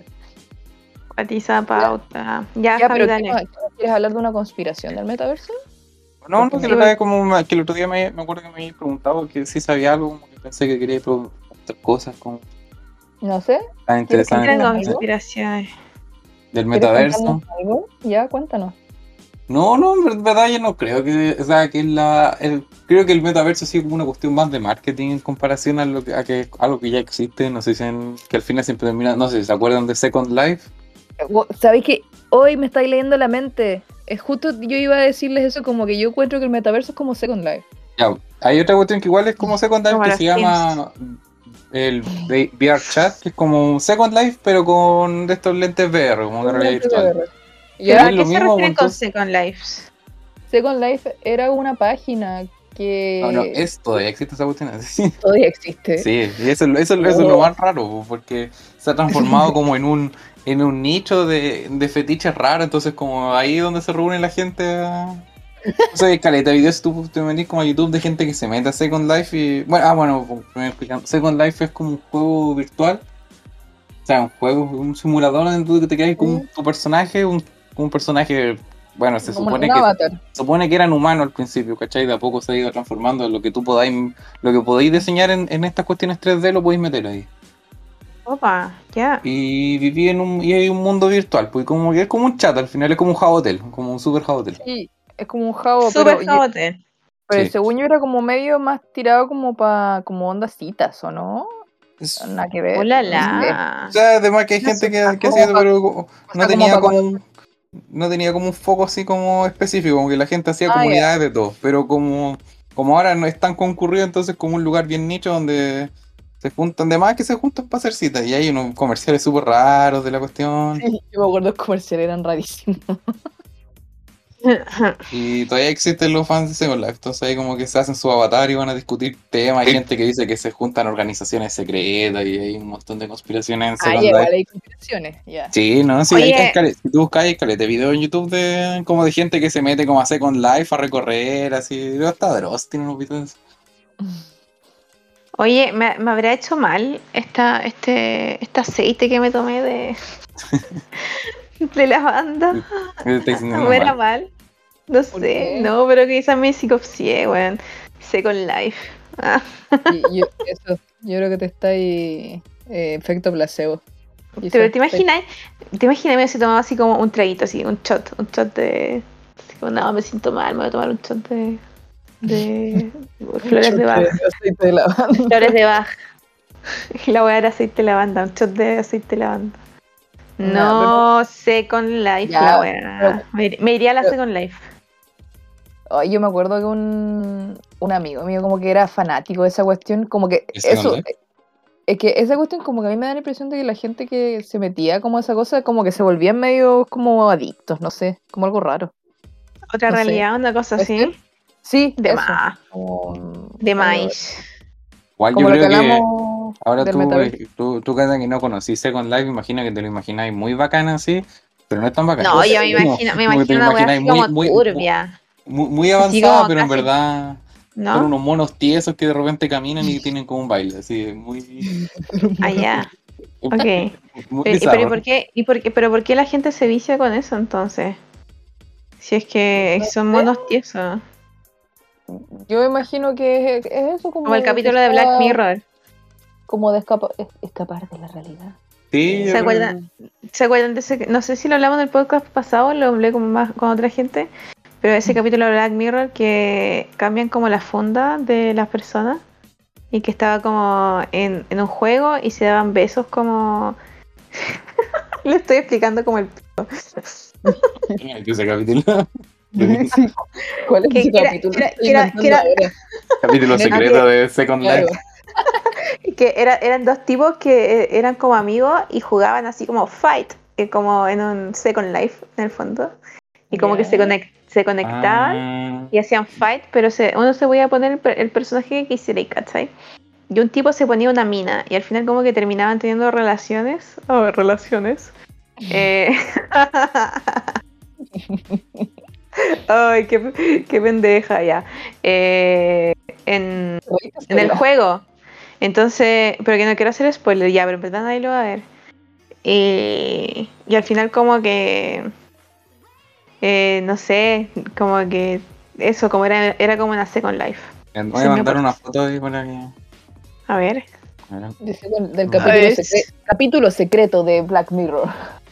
pauta. Ya, Javi, pero dale. ¿quieres hablar de una conspiración del metaverso? No, que el otro día me acuerdo que me habías preguntado que si sabía algo, como que pensé que quería preguntar cosas como. No sé. Tan interesante. ¿Qué conspiraciones? Del metaverso. Algo? Ya, cuéntanos. No, en verdad yo no creo que, o sea, que creo que el metaverso sí es como una cuestión más de marketing en comparación a algo que ya existe. No sé si que al final siempre termina, no sé si se acuerdan de Second Life. ¿Sabéis que hoy me estáis leyendo la mente? Es justo, yo iba a decirles eso, como que yo encuentro que el metaverso es como Second Life. Ya, hay otra cuestión que igual es como Second Life que se llama el VR Chat, que es como Second Life, pero con de estos lentes VR, como de realidad virtual. ¿A qué se refieren con Second Life? Second Life era una página que... No, todavía existe esa cuestión. Sí. Todavía existe. Sí, y eso es lo más raro, porque se ha transformado como en un nicho de fetiches raros, entonces como ahí donde se reúne la gente o sea, caleta de videos, tú te metís como a YouTube de gente que se mete a Second Life y... Bueno, explicando, Second Life es como un juego virtual, o sea, un simulador donde tú te quedas con tu personaje, un personaje... Bueno, se supone que eran humanos al principio, ¿cachai? De a poco se ha ido transformando en lo que podéis diseñar en estas cuestiones 3D, lo podéis meter ahí. Opa, ya. Y viví y hay un mundo virtual, pues como que es como un chat, al final es como un Javotel, como un super Javotel. Sí, es como un Javo, super Javotel. Pero sí. Según yo era como medio más tirado como para como ondas citas, ¿o no? Nada que ver. ¡Hola! O sea, además que hay gente que hacía eso, pero no tenía como un foco así como específico, como que la gente hacía comunidades de todo, pero como ahora no es tan concurrido, entonces como un lugar bien nicho donde se juntan, de más que se juntan para hacer citas, y hay unos comerciales súper raros de la cuestión. Sí, yo me acuerdo, los comerciales eran rarísimos. Y todavía existen los fans de Second Life, entonces ahí como que se hacen su avatar y van a discutir temas. Hay gente que dice que se juntan organizaciones secretas y hay un montón de conspiraciones en Second Life. Hay conspiraciones, ya. Sí, no, sí, si tú buscas de videos en YouTube de gente que se mete como a Second Life a recorrer, así, hasta Dross tiene unos videos. Oye, me habrá hecho mal este aceite que me tomé de lavanda. ¿Me era mal? No sé, no, pero quizás me psicopsié, weón. Second Life. Yo creo que te está ahí efecto placebo. Pero te imaginas si tomaba así como un traguito, así, un shot de... Así como, no, me siento mal, me voy a tomar un shot de flores de Bach. Aceite de lavanda. Flores de Bach. Y la weá era aceite de lavanda, un shot de aceite de lavanda. No, Second Life, la weá. Me iría a la Second Life. Yo me acuerdo que un amigo mío como que era fanático de esa cuestión, como que eso... Es que esa cuestión como que a mí me da la impresión de que la gente que se metía como a esa cosa, como que se volvían medio como adictos, no sé, como algo raro. Otra No sé. realidad, una cosa ¿Puede así. ser? Sí, De eso. más. De Algo- más. Igual yo como lo que creo que hablamos ahora del tú, metaverso. Cada que no conocí Second Life, imagina que te lo imagináis muy bacana así, pero no es tan bacana. No, yo me Como que te imagino lo una wea imagináis así como turbia. muy Así avanzada, como pero en casi, verdad son ¿no? unos monos tiesos que de repente caminan y tienen como un baile, así, muy, Allá. Ok. muy Pero ¿y bizarro. por qué? Pero por qué la gente se vicia con eso entonces? Si es que No son sé, monos tiesos. yo imagino que es eso Como como el de capítulo de Black quizá Mirror. como de escapar de la realidad. Sí, yo ¿Se creo acuerdan? ¿Se acuerdan de ese? No sé si lo hablamos en el podcast pasado, lo hablé con más con otra gente, pero ese capítulo de Black Mirror que cambian como la funda de las personas y que estaba como en un juego y se daban besos como... Le estoy explicando como el... que ese capítulo. Sí. ¿Cuál es ese Que era, capítulo? que era, Estoy que era, que inventando era, ahora. Capítulo Netflix, secreto de Second claro. Life. eran dos tipos que eran como amigos y jugaban así como fight, como en un Second Life en el fondo. Y como que Ya. se conectaban Ah, y hacían fight, pero uno se podía poner el personaje que quisiera, ¿cachai? Y un tipo se ponía una mina y al final como que terminaban teniendo relaciones. Oh, relaciones. Eh, Ay, qué pendeja ya. Eh, en, Voy a en el hacerla. juego. Entonces, pero que no quiero hacer spoiler ya, pero en verdad nadie lo va a ver. Y al final como que, no sé, como que eso, como era como una Second Life. voy Esa a es mi mandar una aporte. foto ahí para que. A ver. A ver. Del A capítulo secreto de Black Mirror.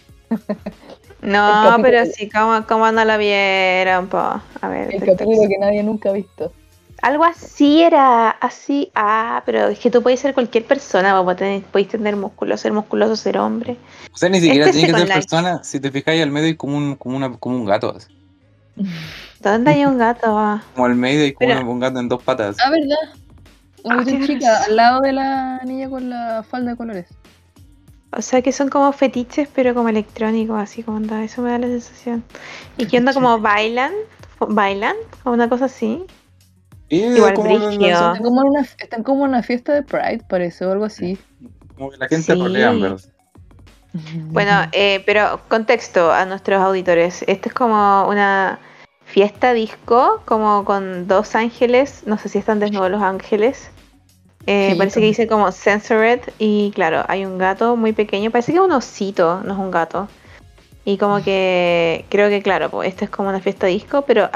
El No, capítulo, pero sí, ¿cómo no la vieron, po? A ver, el capítulo que nadie nunca ha visto. algo así era, así, pero es que tú puedes ser cualquier persona, podéis tener músculos, ser musculoso, ser hombre. O sea, ni siquiera Este es tiene que Second ser Life. persona. Si te fijáis al medio hay como un gato. Así. ¿Dónde hay un gato? Como al medio hay como Pero, un gato en dos patas. Ah, ¿verdad? Una cuestión tienes chica, razón. al lado de la niña con la falda de colores. O sea que son como fetiches, pero como electrónicos, así como onda, eso me da la sensación. ¿Y qué onda como bailan? O una cosa así. Y Igual como brigio. Están como en una fiesta de Pride, parece, o algo así. como que la gente rolea, en Sí. verdad. Bueno, pero contexto a nuestros auditores. Esto es como una fiesta disco, como con dos ángeles. No sé si están desnudos los ángeles. Sí, Parece que dice como censored y claro, hay un gato muy pequeño. Parece que es un osito, no es un gato. Y como que creo que claro, pues esto es como una fiesta disco, pero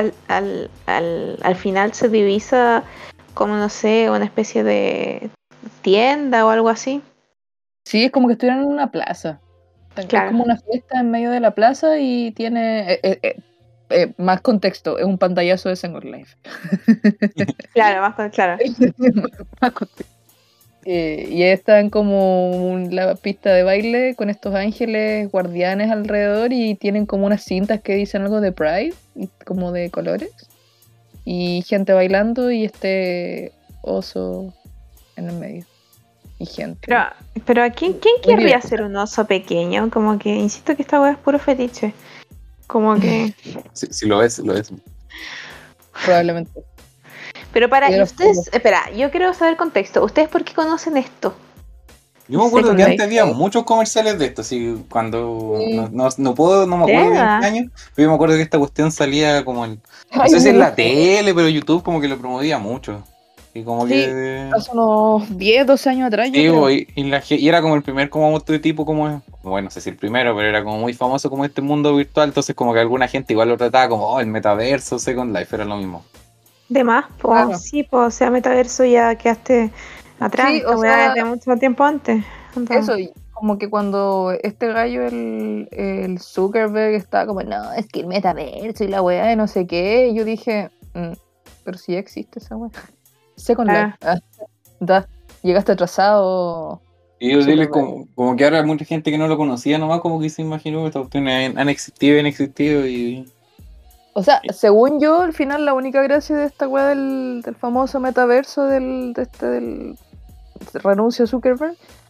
al final se divisa como no sé, una especie de tienda o algo así. sí, es como que estuvieran en una plaza. Es Claro, como una fiesta en medio de la plaza y tiene más contexto, es un pantallazo de Second Life. claro, claro. Más contexto. Y están como la pista de baile con estos ángeles guardianes alrededor y tienen como unas cintas que dicen algo de Pride, como de colores. Y gente bailando y este oso en el medio. Y gente. Pero ¿a quién Muy querría diversa. ser un oso pequeño? Como que insisto que esta weá es puro fetiche. Como que. Si lo ves, lo ves. Probablemente. Pero Y de y los pocos. ustedes, espera, yo quiero saber contexto. ¿Ustedes por qué conocen esto? Yo me acuerdo Second que antes Life. había muchos comerciales de esto, así cuando Sí. no me ¿De acuerdo bien en qué verdad? año, pero yo me acuerdo que esta cuestión salía como en, no Ay, sé si en muy la joven. tele, pero YouTube como que lo promovía mucho. Y como Sí, que hace unos 10, 12 años atrás, yo sí, creo. y era como el primer como tipo como bueno, no sé si el primero, pero era como muy famoso como este mundo virtual, entonces como que alguna gente igual lo trataba como el metaverso, Second Life, era lo mismo. De más, pues Claro. sí, pues o sea, metaverso ya quedaste atrás. Sí, Esta o weá sea, es de mucho tiempo antes. Onda. eso, y como que cuando este gallo, el Zuckerberg, estaba como, no, es que el metaverso y la weá de no sé qué, yo dije, pero sí existe esa weá. Second Life. Ah, Llegaste atrasado, Y yo dile Zuckerberg. como que ahora hay mucha gente que no lo conocía nomás, como que se imaginó que estas cuestiones han existido y O sea, según yo, al final la única gracia de esta weá del famoso metaverso del renuncia Zuckerberg,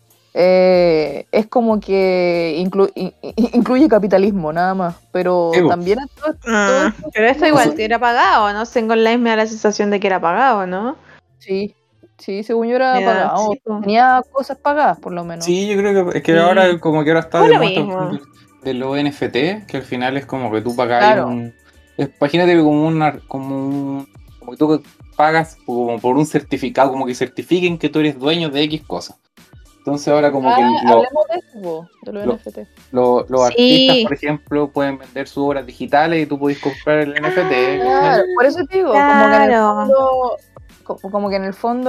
es como que incluye capitalismo, nada más. Pero Sí, también todo esto. Pero esto igual era pagado, ¿no? Second Life me da la sensación de que era pagado, ¿no? Sí, según yo era Me da- pagado. sí, po. Tenía cosas pagadas, por lo menos. Sí, yo creo que es que Sí. ahora como que ahora está Fue de lo moda esta mismo. cuestión de los NFT, que al final es como que tú pagas Claro. imagínate que como que tú pagas como por un certificado, como que certifiquen que tú eres dueño de X cosas. Entonces ahora como que Hablemos de eso, po, de los lo- NFT. los Sí. artistas, por ejemplo, pueden vender sus obras digitales y tú podés comprar el NFT. Claro, por eso te digo, Claro. como que en el fondo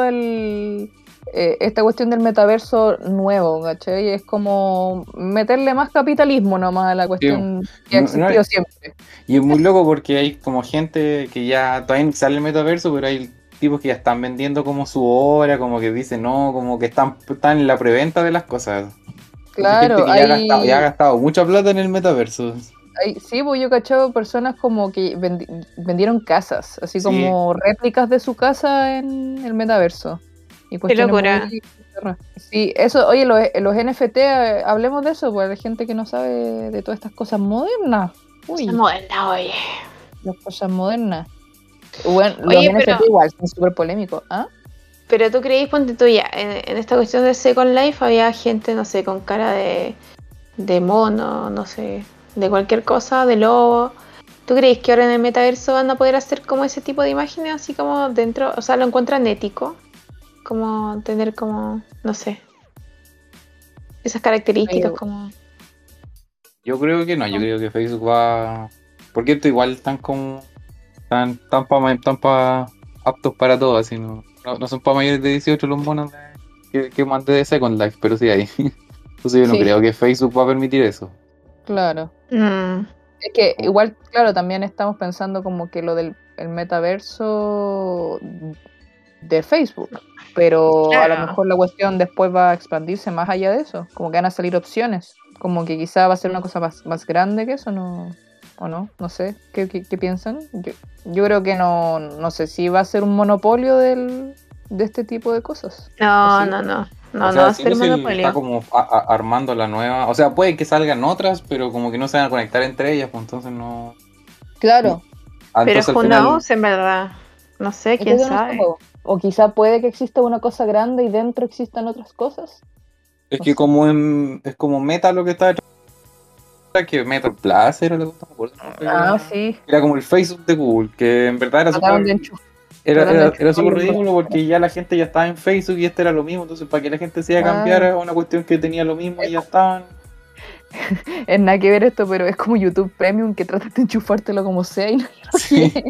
esta cuestión del metaverso nuevo, ¿cachai? Es como meterle más capitalismo nomás a la cuestión que ha existido siempre. Y es muy loco porque hay como gente que ya todavía sale el metaverso, pero hay tipos que ya están vendiendo como su obra, como que dicen, no, como que están en la preventa de las cosas. Entonces, Claro, gente que ya ha gastado mucha plata en el metaverso. sí, pues yo cachado personas como que vendieron casas, así Sí. como réplicas de su casa en el metaverso. Y cuestiones locura. muy bizarras. Sí, eso, oye, los NFT, hablemos de eso, pues hay gente que no sabe de todas estas cosas modernas. Uy, Está moderna, oye. las cosas modernas. Bueno, Oye, los pero- NFT igual son súper polémicos, ¿ah? Pero tú creís, ponte tú ya, en esta cuestión de Second Life había gente, no sé, con cara de mono, no sé, de cualquier cosa, de lobo. ¿Tú creís que ahora en el metaverso van a poder hacer como ese tipo de imágenes así como dentro? O sea, ¿lo encuentran ético? Como tener como, no sé, esas características Pero- como... Yo creo que no, yo creo que Facebook va. Porque esto igual están como. Tan pa aptos para todo, así no son para mayores de 18 los monos que mandé de Second Life, pero sí hay. Entonces yo no Sí. creo que Facebook va a permitir eso. Claro. Mm, Es que igual, claro, también estamos pensando como que lo del el metaverso de Facebook, pero a lo Claro. mejor la cuestión después va a expandirse más allá de eso, como que van a salir opciones, como que quizá va a ser una cosa más grande que eso, ¿no? ¿O no? No sé, ¿qué piensan? Yo creo que no sé si va a ser un monopolio de este tipo de cosas. no, ¿Sí? no, no, O no, sea, no va a sí, ser pues, él monopolio. está como armando la nueva. O sea, puede que salgan otras, pero como que no se van a conectar entre ellas, pues entonces no. Claro. Pero Entonces al who final. knows, en verdad. No sé, quién Entonces, no sé, sabe. o quizá puede que exista una cosa grande y dentro existan otras cosas. Es no que sé. es como Meta lo que está detrás. Que Meta Plus era lo que no me acuerdo. Sí. Era como el Facebook de Google, que en verdad era Trataron de súper. enchufar. Era súper los ridículo porque ya la gente ya estaba en Facebook y este era lo mismo, entonces para que la gente se iba a Ah. cambiar a una cuestión que tenía lo mismo y ya estaban. Es nada que ver esto, pero es como YouTube Premium que tratas de enchufártelo como sea y no lo Sí. quiere.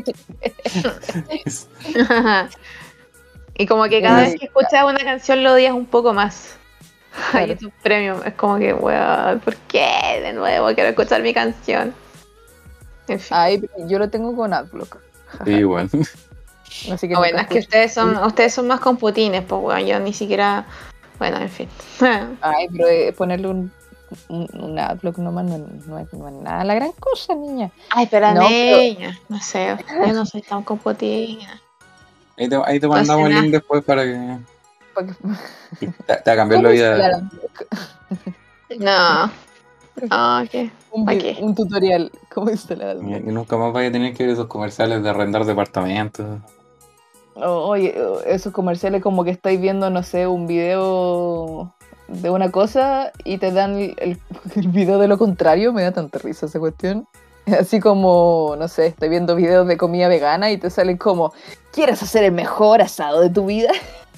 Y como que cada Sí. vez que escuchas una canción lo odias un poco más. Claro. YouTube Premium es como que, weón, ¿por qué de nuevo quiero escuchar mi canción? En fin. Ay, yo lo tengo con Adblock. Sí, bueno. Así que Bueno, nunca es que escucho. ustedes son más con putines, pues weón, yo ni siquiera. Bueno, en fin. Ay, pero ponerle un Adblock nomás no es nada la gran cosa, niña. Ay, pero No, niña, no sé, yo no soy tan con putines. Ahí te mandamos el nada. link después para que ¿Para qué? te va a cambiar la ¿Cómo instalar vida. Adblock? No. Ah, ¿qué? ¿Para qué? Un tutorial. ¿Cómo instalar Y Adblock? nunca más vaya a tener que ver esos comerciales de arrendar departamentos. Oye, esos comerciales como que estáis viendo, no sé, un video de una cosa y te dan el video de lo contrario, me da tanta risa esa cuestión. Así como, no sé, estoy viendo videos de comida vegana y te salen como, ¿quieres hacer el mejor asado de tu vida?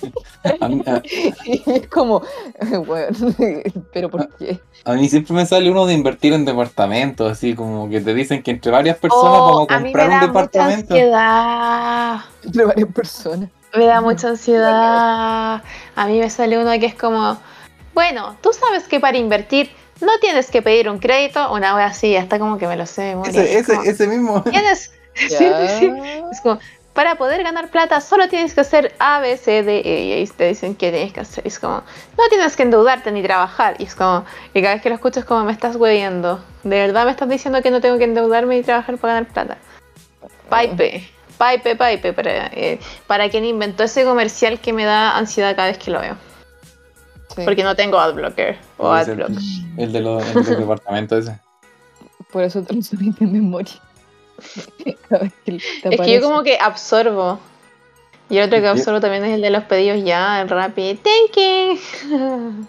Y es como, bueno, pero ¿por qué? A mí siempre me sale uno de invertir en departamentos, así como que te dicen que entre varias personas vamos a a mí me comprar un da mucha departamento. ansiedad. Entre varias personas. Me da mucha ansiedad. A mí me sale uno que es como, bueno, tú sabes que para invertir no tienes que pedir un crédito, una wea así, hasta como que me lo sé de memoria. Es como, Ese mismo. tienes, sí, sí, es como, para poder ganar plata solo tienes que hacer A, B, C, D, E, y ahí te dicen qué tienes que hacer. Es como, no tienes que endeudarte ni trabajar. Y es como, y cada vez que lo escucho es como, me estás hueviando. ¿De verdad me estás diciendo que no tengo que endeudarme ni trabajar para ganar plata? Pipe, para quien inventó ese comercial que me da ansiedad cada vez que lo veo. Sí. Porque no tengo adblocker o Es adblock. el de los departamentos ese. Por eso te lo subí de memoria. Cada vez que te Es que yo aparece. como que absorbo. Y el otro que absorbo también es el de los pedidos ya, el Rappi. Thank you.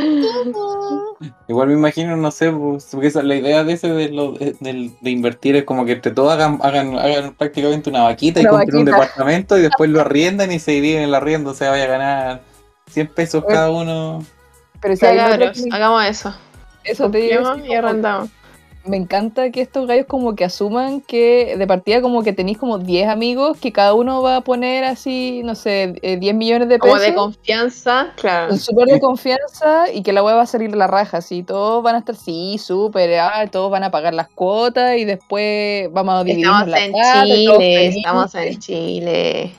Igual me imagino, no sé, pues, porque la idea de ese de invertir es como que entre todos hagan prácticamente una vaquita y Una compren un vaquita. departamento y después lo arriendan y se dividen el arriendo, o sea, vaya a ganar 100 pesos Bueno, cada uno. Pero si Ya, hay lo otro cabros, que hagamos eso. eso te digo, Compremos así y como, arrendamos. me encanta que estos gallos como que asuman que de partida como que tenéis como 10 amigos que cada uno va a poner así, no sé, 10 millones de Como pesos. de confianza, claro. Con súper de confianza y que la web va a salir de la raja, así todos van a estar, sí, súper, todos van a pagar las cuotas y después vamos a dividirnos Estamos la en plata y todos Chile, felices. estamos en Chile.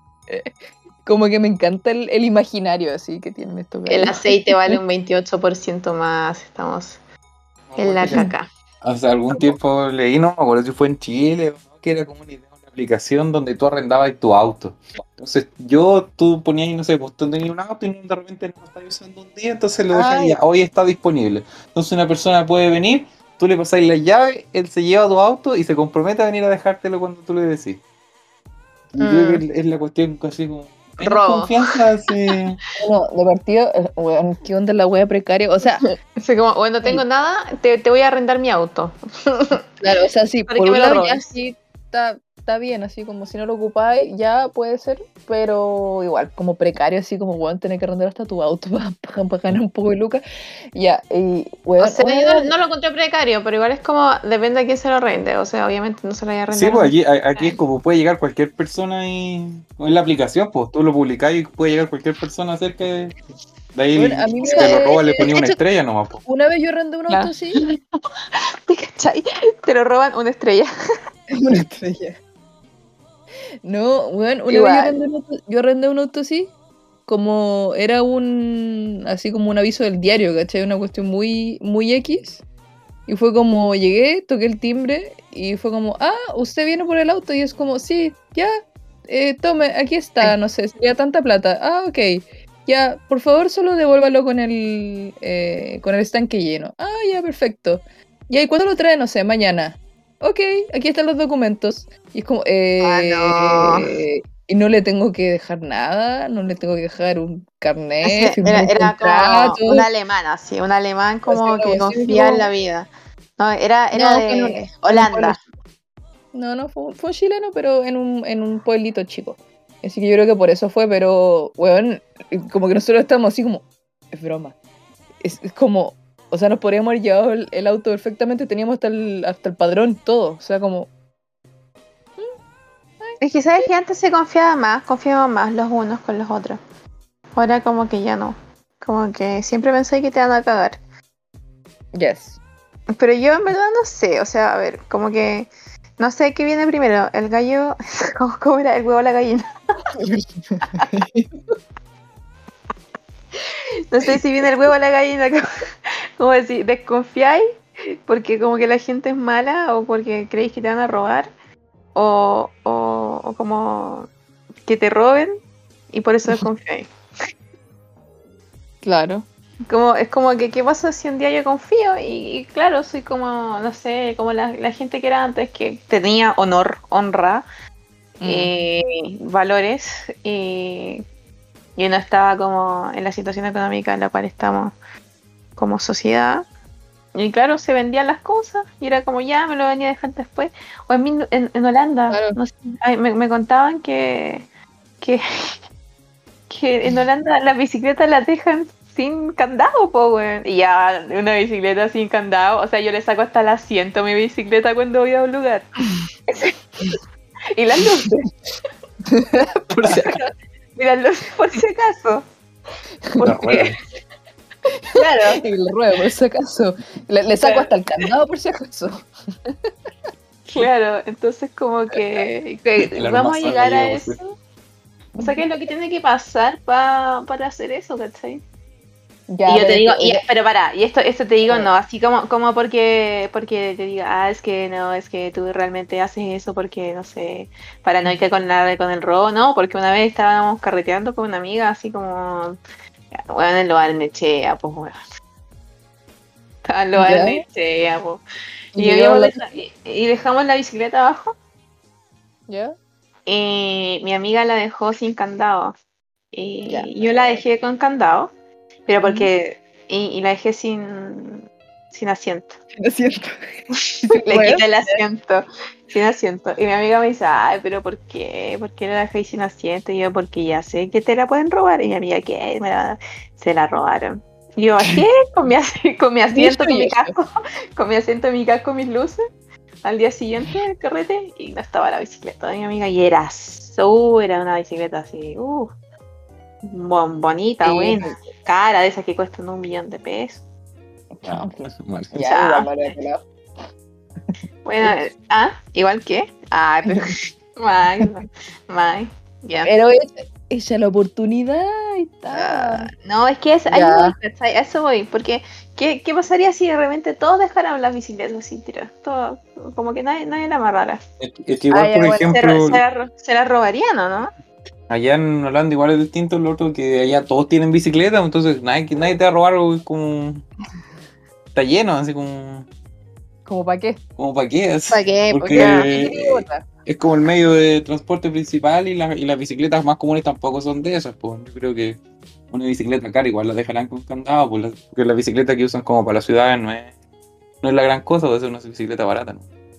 Como que me encanta el imaginario así que tienen estos El gallos. aceite vale un 28% más, estamos en la caca. Hace algún tiempo leí, no me acuerdo si fue en Chile o no, que era como una idea, una aplicación donde tú arrendabas tu auto. Entonces, tú ponías, no sé, pues tú tenías un auto y de repente no lo estás usando un día, entonces lo dejas y ya, hoy está disponible. Entonces una persona puede venir, tú le pasáis la llave, él se lleva tu auto y se compromete a venir a dejártelo cuando tú le decís. Y creo que es la cuestión casi como menos Robo. confianza, sí. Bueno, de partido, weón, ¿qué onda la wea precaria? O sea, Así como, bueno, no tengo nada, te voy a arrendar mi auto. claro, o sea, sí, Para por que me un lo lado ya robes. sí está bien, así como si no lo ocupáis, ya puede ser, pero igual, como precario, así como, weón, tener que arrendar hasta tu auto para ganar un poco de lucas. Ya, y weón, O sea, yo no lo encontré precario, pero igual es como, depende a quién se lo rende. O sea, obviamente no se lo voy a arrendar. Sí, pues aquí es como puede llegar cualquier persona y en la aplicación, pues tú lo publicás y puede llegar cualquier persona cerca de ahí. Bueno, a mí Si te lo me- roba le ponía una estrella nomás, pues. una vez yo arrendé un auto Claro. así, ¿Te cachai? Te lo roban una estrella. una estrella. No, bueno, una Igual. vez yo arrendé un auto así, como era así como un aviso del diario, ¿cachai? Una cuestión muy, muy X. Y fue como, llegué, toqué el timbre y fue como, usted viene por el auto. Y es como, sí, ya, tome, aquí está, no sé, sería tanta plata. Ok, ya, por favor solo devuélvalo con el estanque lleno. Ya, perfecto. Ya, ¿y cuándo lo trae? No sé, mañana. Ok, aquí están los documentos. Y es como, no. y no le tengo que dejar nada, no le tengo que dejar un carnet, firmar un Era como contrato. un alemán, así, un alemán como Así que como- así confía en como- la vida. No, era No, de fue en un Holanda. No, fue un chileno, pero en un pueblito chico. Así que yo creo que por eso fue, pero, weón, como que nosotros estamos así como, es broma. Es como, o sea, nos podríamos haber llevado el auto perfectamente, teníamos hasta el padrón, todo. O sea, como, Es que sabes que antes se confiaban más los unos con los otros. Ahora como que ya no. Como que siempre pensé que te van a cagar. yes. Pero yo en verdad no sé, o sea, a ver, como que no sé qué viene primero, el gallo, ¿cómo era? El huevo o la gallina. No sé si viene el huevo o la gallina, como decir, desconfiáis porque como que la gente es mala o porque creéis que te van a robar o como que te roben y por eso desconfiáis. Claro. Es como que, ¿qué pasa si un día yo confío? Y claro, soy como, no sé, como la gente que era antes, que tenía honra, valores, y uno estaba como en la situación económica en la cual estamos como sociedad. Y claro, se vendían las cosas y era como, ya, me lo venía a dejar después. O en Holanda, Claro. no sé, me contaban que en Holanda las bicicletas las dejan sin candado, po, weón. Y ya, una bicicleta sin candado, o sea, yo le saco hasta el asiento a mi bicicleta cuando voy a un lugar. Y las luces. Por si acaso. Y las luces por si acaso. La rueda. Claro. Y el ruedo, por si acaso. Le saco hasta el candado, por si acaso. Claro, entonces como que El vamos a armazón llegar la a llevo, eso. O sea, ¿qué es lo que tiene que pasar para hacer eso, cachai? Ya, Y yo te digo, pero- pero para, y esto te digo Claro. no, así como porque te diga, es que no, es que tú realmente haces eso porque, no sé, paranoica con el robo, no, porque una vez estábamos carreteando con una amiga, así como Bueno, en lo Barnechea, pues bueno. Estaba en lo ¿Ya? Barnechea, pues. ¿Y Y, llegaron y dejamos la bicicleta abajo. ¿Ya? Y mi amiga la dejó sin candado. Ya. Y yo la dejé con candado, pero Ujú. porque. Y la dejé sin asiento. Lo siento. Le Bueno, quité el asiento, sin asiento. Y mi amiga me dice, ay, pero ¿por qué? ¿Por qué la dejé sin asiento? Y yo, porque ya sé que te la pueden robar. Y mi amiga, ¿qué? Se la robaron. Y yo, ¿qué? Con mi asiento, con mi dicho y hecho. casco, con mi asiento, mi casco, mis luces. Al día siguiente del carrete y no estaba la bicicleta de mi amiga y era una bicicleta así, bonita, Sí, buena, cara, de esas que cuestan $1.000.000. no, pues, Mal. ya, igual Chao. me habría pelado. Bueno, igual que, pero Mike, ya. Pero ella la oportunidad y está. No, es que ahí Ya. voy, ¿cachai? A eso voy, porque ¿qué pasaría si de repente todos dejaran las bicicletas así tiradas? Todo, como que nadie la amarrara. Es que igual, Ah, por ya, bueno. ejemplo, Se la robarían, ¿o no? allá en Holanda igual es distinto lo otro, que allá todos tienen bicicleta, entonces nadie te va a robar, es como está lleno, así ¿Como para qué? como para qué, ¿Para qué? Pues ya. ¿Qué quería porque votar? es como el medio de transporte principal y las bicicletas más comunes tampoco son de esas, pues yo creo que una bicicleta cara igual la dejarán con candado, porque la bicicleta que usan como para las ciudades no es la gran cosa, puede ser una bicicleta barata, ¿no?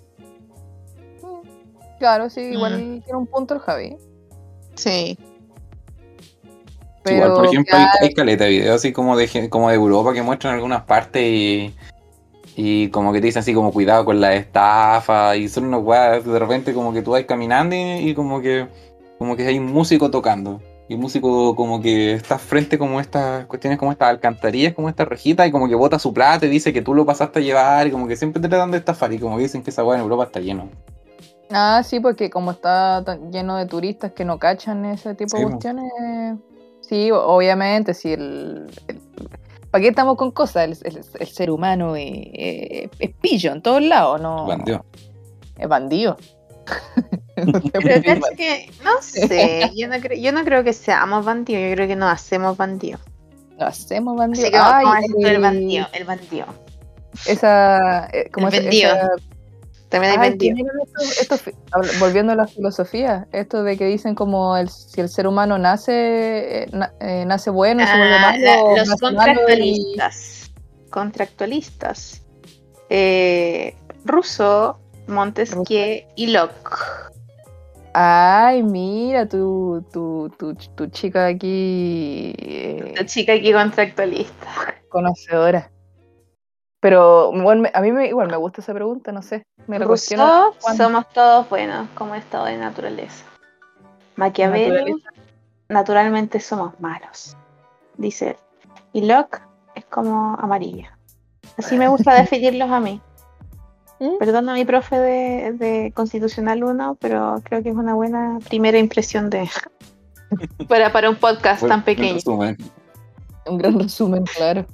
Claro, sí, igual tiene un punto el Javi. Sí. Sí, igual, por Pero, ejemplo, claro, hay caleta de videos así como de Europa que muestran algunas partes y como que te dicen así como cuidado con la estafa y son unos weas de repente como que tú vas caminando y como que hay un músico tocando y un músico como que está frente como estas cuestiones como estas alcantarillas, como estas rejitas y como que bota su plata y dice que tú lo pasaste a llevar y como que siempre te tratan de estafar y como que dicen que esa wea en Europa está lleno. sí, porque como está lleno de turistas que no cachan ese tipo de Sí, po. cuestiones, sí, obviamente, sí, ¿para qué estamos con cosas? El ser humano es pillo en todos lados, no, Bandido. es bandido. Pero el caso es que, no sé, yo no creo que seamos bandidos, yo creo que nos hacemos bandidos. Lo hacemos Así bandido. que, Ay, ¿cómo decir tú el bandido? El bandido. como El esa, vendido. También hay ay, vendido. ¿quién eran volviendo a la filosofía, esto de que dicen como si el ser humano nace bueno y se vuelve malo, o Los nace malo contractualistas. Rousseau, Montesquieu y Locke. Ay, mira, tu chica aquí La chica aquí contractualista. conocedora. Pero igual a mí igual me gusta esa pregunta, no sé. Me la cuestiono Rousseau, cuando somos todos buenos como estado de naturaleza. Maquiavelo, naturaleza. naturalmente somos malos, dice él. Y Locke es como amarillo. Así me gusta definirlos a mí. ¿Mm? Perdón a mi profe de Constitucional 1, pero creo que es una buena primera impresión para un podcast tan Buen pequeño. resumen. Un gran resumen, claro.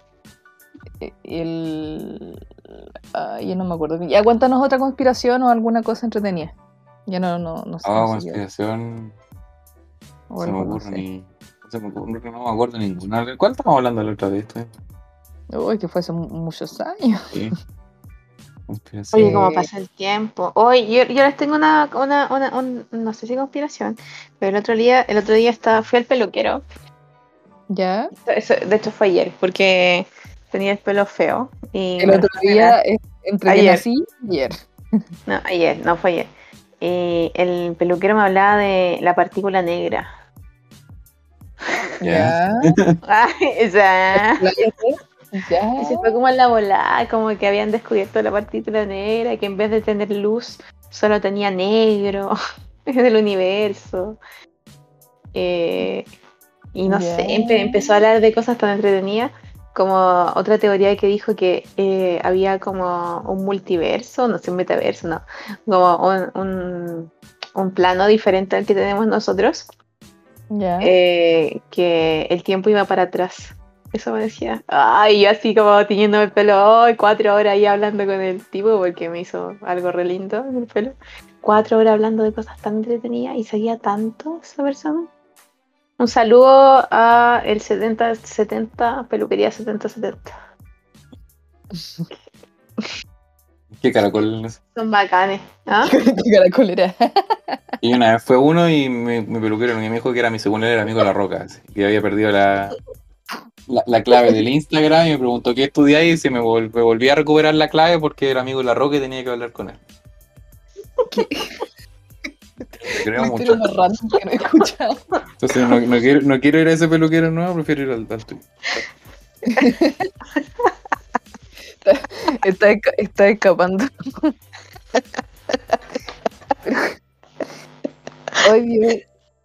Yo no me acuerdo. Ya cuéntanos otra conspiración o alguna cosa entretenida. Ya no sé. Ah, No sé qué. conspiración. O Se me algo, no ocurre sé. no se me ocurre, no me acuerdo ninguna. ¿De cuál estamos hablando la otra vez? Uy, que fue hace muchos años. Sí, Oye, conspiración. cómo pasa el tiempo. Hoy yo les tengo no sé si conspiración, pero el otro día fui al peluquero. ¿Ya? De hecho fue ayer, porque tenía el pelo feo y El me lo otro fue a arreglar. día, entre que Ayer. nací, ayer. No fue ayer. Y el peluquero me hablaba de la partícula negra. Ya. Ya. Ay, o sea, Ya. y se fue como en la volada, como que habían descubierto la partícula negra, que en vez de tener luz, solo tenía negro del universo. Y no sé, Ya. empezó a hablar de cosas tan entretenidas como otra teoría que dijo que había como un multiverso, no sé, un metaverso, no, como un plano diferente al que tenemos nosotros, Ya. que el tiempo iba para atrás. Eso me decía. Ay, yo así como tiñéndome el pelo, ay, 4 horas ahí hablando con el tipo porque me hizo algo re lindo en el pelo. 4 horas hablando de cosas tan entretenidas y seguía tanto esa persona. Un saludo a el 7070, peluquería 7070. ¿Qué caracol es? Son bacanes. ¿Ah? ¿Qué caracol era? Y una vez fue uno y mi peluquero me dijo que era según él era amigo de La Roca, así, que había perdido la clave del Instagram y me preguntó qué estudiáis y me volví a recuperar la clave porque era amigo de La Roca y tenía que hablar con él. ¿Qué? Te creo Una mucho. historia más random que no he escuchado. Entonces no quiero ir a ese peluquero nuevo, prefiero ir al tuyo. Está escapando. Oye,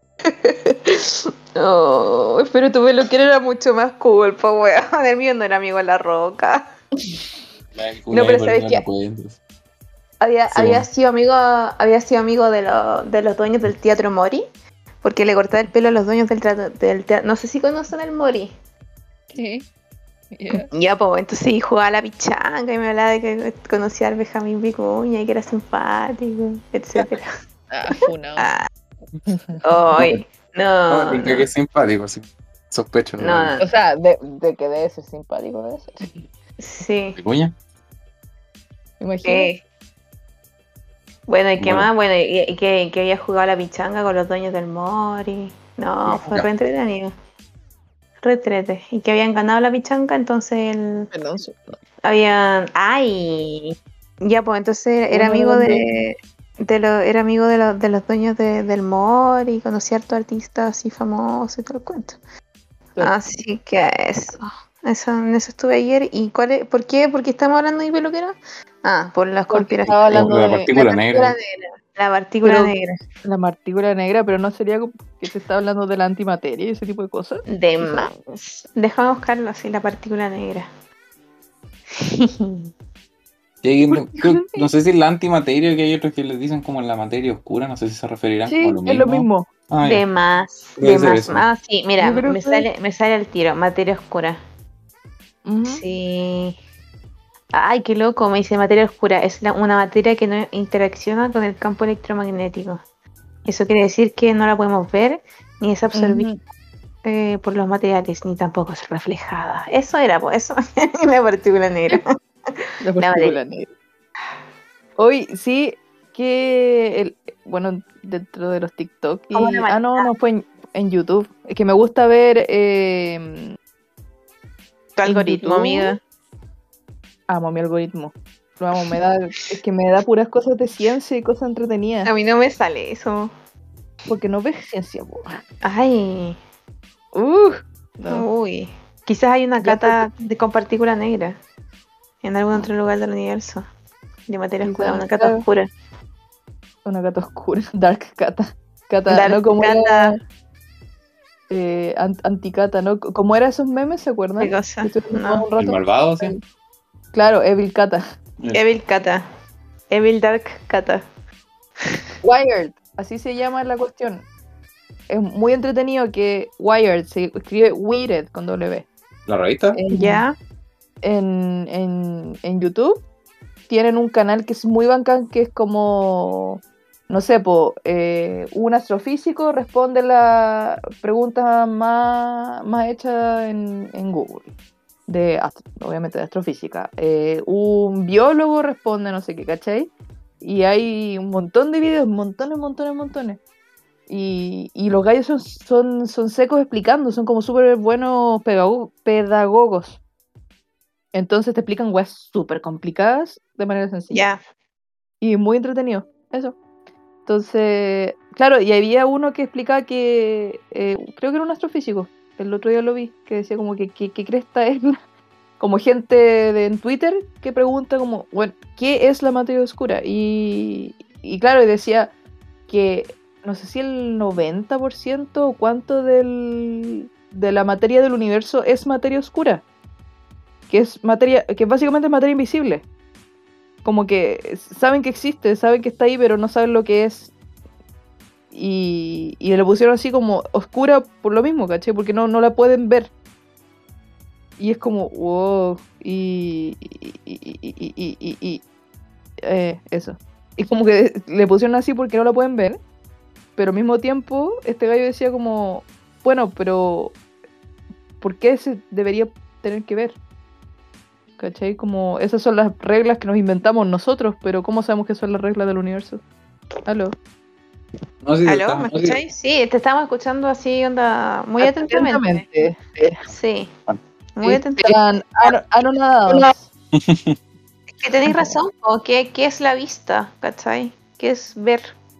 Oh, pero tu peluquero era mucho más cool, po weón. El mío no era amigo de La Roca. No, pero ¿sabes qué? Había sido amigo de los dueños del Teatro Mori, porque le cortaba el pelo a los dueños del teatro. No sé si conocen el Mori. sí. Yeah. Ya, pues, entonces jugaba a la pichanga y me hablaba de que conocía al Benjamín Vicuña y que era simpático, etcétera. Funado. Ay, no. Pinta que es simpático, sí. Sospecho, ¿no? O sea, de que debe ser simpático, debe ser. Sí. ¿Vicuña? Me imagino. Bueno, ¿y qué Bueno. más? Bueno, y que había jugado a la pichanga con los dueños del Mori. No, fue re entretenido. Retrete. Y que habían ganado la pichanga, entonces Perdón, habían. ¡Ay! Ya, pues entonces era Uno amigo de era amigo de los dueños del Mori, conocía a hartos artistas así famosos y todo el cuento. Sí. Así que en eso estuve ayer. ¿Y por qué? ¿Por qué estamos hablando de mi peluquera? Por las Porque conspiraciones. estaba hablando La de partícula negra. La partícula Pero- negra. la partícula negra, pero no sería como que te está hablando de la antimateria y ese tipo de cosas. De más. Déjame buscarlo así, la partícula negra. No sé si la antimateria, que hay otros que les dicen como la materia oscura, no sé si se referirán Sí, como a lo mismo. es lo mismo. Ah, De ya. más. Debe De ser más. eso. Sí, mira, Yo creo me que- sale al tiro. Materia oscura. Ujú. Sí. Ay, qué loco, me dice materia oscura. Es una materia que no interacciona con el campo electromagnético. Eso quiere decir que no la podemos ver, ni es absorbida Ujú. por los materiales, ni tampoco es reflejada. Eso era, pues, eso. La partícula negra. La partícula negra. Hoy sí que bueno, dentro de los TikTok y Como una no fue en YouTube. Es que me gusta ver Tu algoritmo, YouTube. amiga. Amo mi algoritmo. Lo amo, es que me da puras cosas de ciencia y cosas entretenidas. A mí no me sale eso. Porque no ves ciencia, po. Ay, No. uy. Quizás hay una Ya, cata con partícula negra en algún otro lugar del universo. De materia oscura, Quizás, una cata claro. oscura. Una cata oscura. Dark cata. Cata, Dark ¿no? Como cata. era anticata, ¿no? ¿Cómo eran esos memes? ¿Se acuerdan? ¿Qué cosa? Que estuvieron No. un rato. El malvado, sí. Claro, Evil Cata. Evil cata. Evil Dark cata. Wired, así se llama la cuestión. Es muy entretenido que Wired se escribe Wired con W. ¿La revista? Ya. En YouTube tienen un canal que es muy bacán, que es como, no sé, un astrofísico responde la pregunta más hecha en Google, obviamente de astrofísica. Un biólogo responde no sé qué, ¿cachai? Y hay un montón de videos, montones. Y los gallos son secos explicando, son como súper buenos pedagogos. Entonces te explican weas súper complicadas de manera sencilla. Ya. Y muy entretenido, eso. Entonces, claro, y había uno que explicaba que, creo que era un astrofísico, el otro día lo vi, que decía como que cresta es como gente en Twitter que pregunta como, bueno, ¿qué es la materia oscura? Y claro, y decía que no sé si el 90% o cuánto de la materia del universo es materia oscura, que es básicamente es materia invisible. Como que saben que existe, saben que está ahí, pero no saben lo que es. Y le pusieron así como oscura por lo mismo, ¿cachai? Porque no la pueden ver. Y es como, wow. Eso. Y como que le pusieron así porque no la pueden ver. Pero al mismo tiempo, este gallo decía como, bueno, pero ¿por qué se debería tener que ver? ¿Cachai? Como esas son las reglas que nos inventamos nosotros, pero ¿cómo sabemos que son las reglas del universo? ¿Aló? No sé si ¿Aló? ¿Me escucháis? Sí, te estamos escuchando así, onda, muy atentamente. Sí, muy atentamente. Anonadados. Es que tenéis razón, ¿o qué es la vista? ¿Cachai? ¿Qué es ver?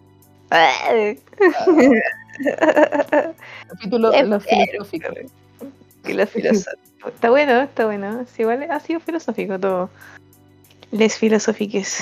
Capítulo lo filosófico. Que lo filosófico. Está bueno. Sí, igual ha sido filosófico todo. Les filosófiques.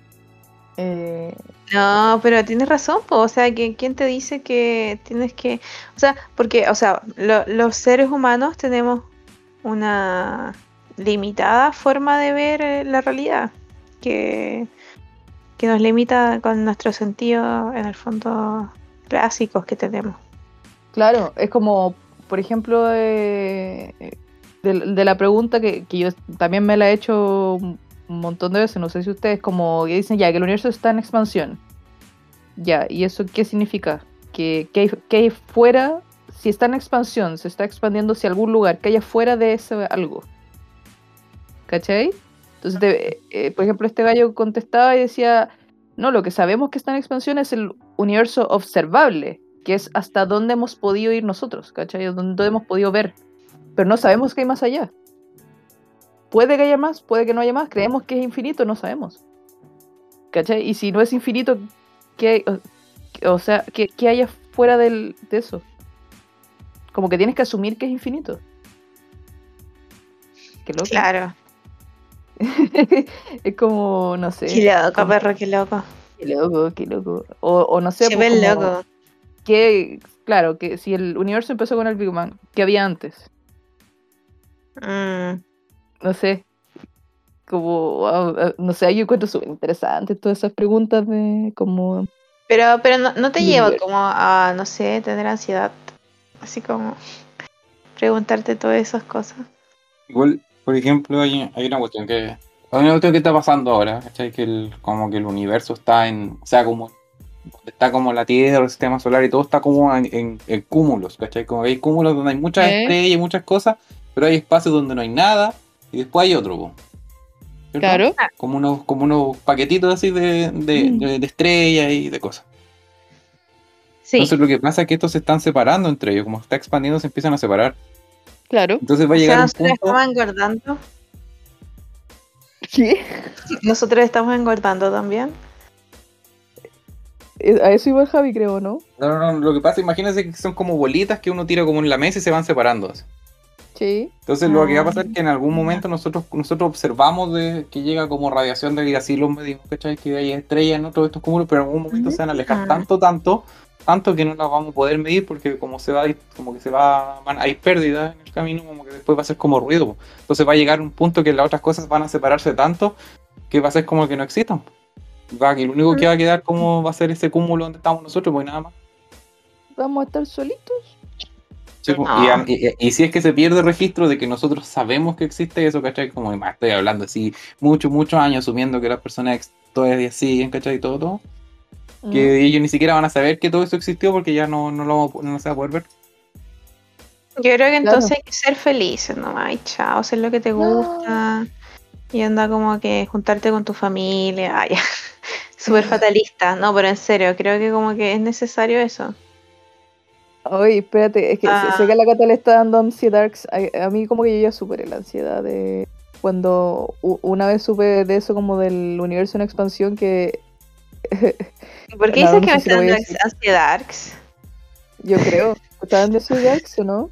No, pero tienes razón, po. O sea, ¿quién te dice que tienes que...? O sea, porque, o sea, los seres humanos tenemos una limitada forma de ver la realidad, que nos limita con nuestros sentidos, en el fondo, clásicos que tenemos. Claro, es como, por ejemplo, de la pregunta que yo también me la he hecho un montón de veces, no sé si ustedes, como que dicen ya que el universo está en expansión. Ya, ¿y eso qué significa? ¿Qué hay fuera? Si está en expansión, se está expandiendo hacia algún lugar, que haya fuera de ese algo. ¿Cachai? Entonces, por ejemplo, este gallo contestaba y decía, no, lo que sabemos que está en expansión es el universo observable, que es hasta dónde hemos podido ir nosotros, ¿cachai? Dónde hemos podido ver, pero no sabemos qué hay más allá. Puede que haya más, puede que no haya más, creemos que es infinito, no sabemos. ¿Cachai? Y si no es infinito, ¿qué hay? O sea, ¿qué hay afuera de eso? Como que tienes que asumir que es infinito. Qué loco. Claro. Es como, no sé. Qué loco, perro, qué loco. Qué loco. O no sé, Se pues, ve como loco. claro, que si el universo empezó con el Big Bang, ¿qué había antes? No sé. Como, wow, no sé, yo encuentro súper interesante todas esas preguntas de como... Pero no te el lleva universo. como a, no sé, tener ansiedad. Así como preguntarte todas esas cosas. Igual, por ejemplo, hay una cuestión que... Hay una cuestión que está pasando ahora, ¿cachai? Que como que el universo está en... O sea, como... Donde está como la Tierra, el sistema solar y todo está como en cúmulos, ¿cachai? Como que hay cúmulos donde hay muchas estrellas y muchas cosas, pero hay espacios donde no hay nada y después hay otro, ¿cierto? Claro. Como unos paquetitos así de estrellas y de cosas. Sí. Entonces lo que pasa es que estos se están separando entre ellos, como está expandiendo se empiezan a separar. Claro. Entonces va a llegar un nosotros punto... estamos engordando. ¿Qué? Nosotros estamos engordando también. A eso iba el Javi, creo, ¿no? No, lo que pasa, imagínense que son como bolitas que uno tira como en la mesa y se van separando. Así. Sí. Entonces lo que va a pasar es que en algún momento nosotros observamos que llega como radiación de así los medimos, ¿cachai? Que hay estrellas en otros de estos cúmulos, pero en algún momento se van a alejar tanto que no las vamos a poder medir porque como hay pérdidas en el camino, como que después va a ser como ruido. Entonces va a llegar un punto que las otras cosas van a separarse tanto que va a ser como que no existan. Y lo único que va a quedar como va a ser ese cúmulo donde estamos nosotros, pues nada más. ¿Vamos a estar solitos? Sí, y si es que se pierde el registro de que nosotros sabemos que existe eso, ¿cachai? Como estoy hablando así muchos años asumiendo que las personas todavía siguen, ¿cachai? Todo. Que ellos ni siquiera van a saber que todo eso existió porque ya no se va a poder ver. Yo creo que entonces hay que ser felices nomás, y chao, hacer lo que te gusta y anda como que juntarte con tu familia, ya. Súper fatalista, no, pero en serio, creo que como que es necesario eso. Oye, espérate, es que sé que a la Cata le está dando ansiedad. A mí como que yo ya superé la ansiedad de cuando una vez supe de eso como del universo en expansión que... ¿Por qué dices que me está dando ansiedad? Yo creo. ¿Está dando ansiedad o no?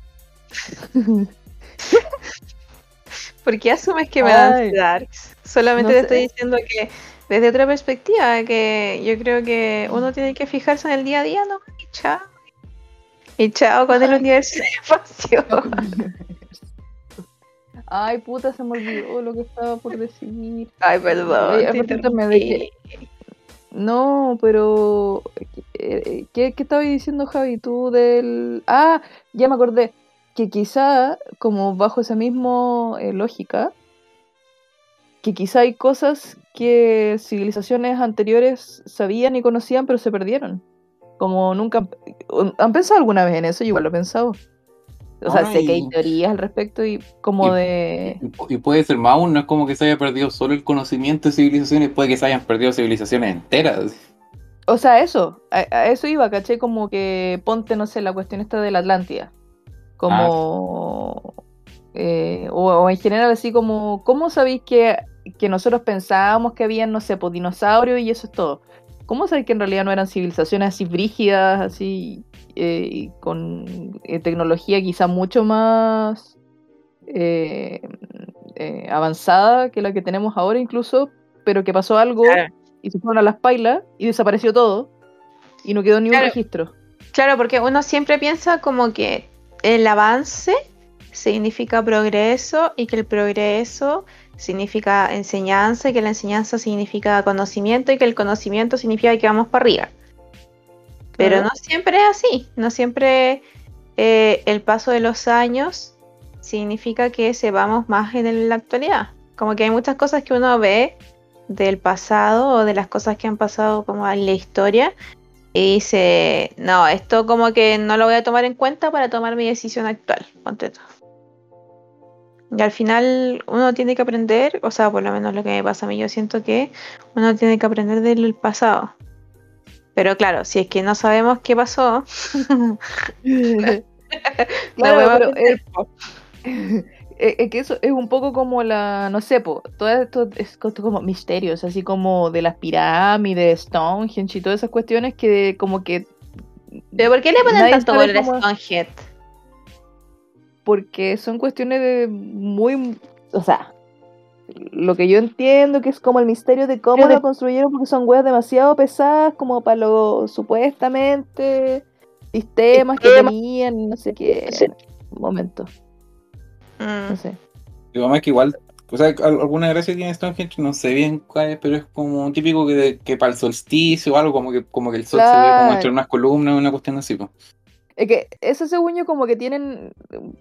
¿Por qué asumes que me da ansiedad? Solamente te estoy diciendo que desde otra perspectiva, que yo creo que uno tiene que fijarse en el día a día, ¿no? Y chao. Y chao con el universo de espacio. Ay, puta, se me olvidó lo que estaba por decir. Ay, perdón. No, pero... ¿Qué estabas diciendo, Javi? Tú del... Ah, ya me acordé. Que quizá, como bajo esa misma lógica, que quizá hay cosas que civilizaciones anteriores sabían y conocían, pero se perdieron. Como nunca... ¿Han pensado alguna vez en eso? Yo igual lo he pensado. O sea, sé que hay teorías al respecto y como y puede ser más aún, no es como que se haya perdido solo el conocimiento de civilizaciones, puede que se hayan perdido civilizaciones enteras. O sea, eso, a eso iba, caché, como que ponte, no sé, la cuestión esta de la Atlántida. Como... o en general así como, ¿cómo sabéis que nosotros pensábamos que habían, no sé, pues dinosaurios y eso es todo? ¿Cómo sabéis que en realidad no eran civilizaciones así brígidas, así, y con tecnología quizá mucho más avanzada que la que tenemos ahora incluso, pero que pasó algo y se fueron a las pailas y desapareció todo y no quedó ni un registro? Claro, porque uno siempre piensa como que el avance significa progreso y que el progreso significa enseñanza y que la enseñanza significa conocimiento y que el conocimiento significa que vamos para arriba. Pero no siempre es así, no siempre el paso de los años significa que sepamos más en la actualidad. Como que hay muchas cosas que uno ve del pasado o de las cosas que han pasado como en la historia y dice, no, esto como que no lo voy a tomar en cuenta para tomar mi decisión actual, ponte tú. Y al final uno tiene que aprender, o sea, por lo menos lo que me pasa a mí, yo siento que uno tiene que aprender del pasado. Pero claro, si es que no sabemos qué pasó, claro, pero es que eso es un poco como no sé, todo esto es como misterios, así como de las pirámides, Stonehenge y todas esas cuestiones que como que... ¿Pero por qué le ponen tanto por el Stonehenge? Porque son cuestiones de muy... O sea, lo que yo entiendo que es como el misterio de cómo lo construyeron, porque son huevas demasiado pesadas como para los supuestamente sistemas que tenían, no sé qué... Momento. No sé. Digo, más que igual, o sea, alguna gracia tiene Stonehenge, no sé bien cuál es, pero es como un típico que para el solsticio o algo, como que el sol se ve como entre unas columnas, una cuestión así, pues. Es que esos según yo como que tienen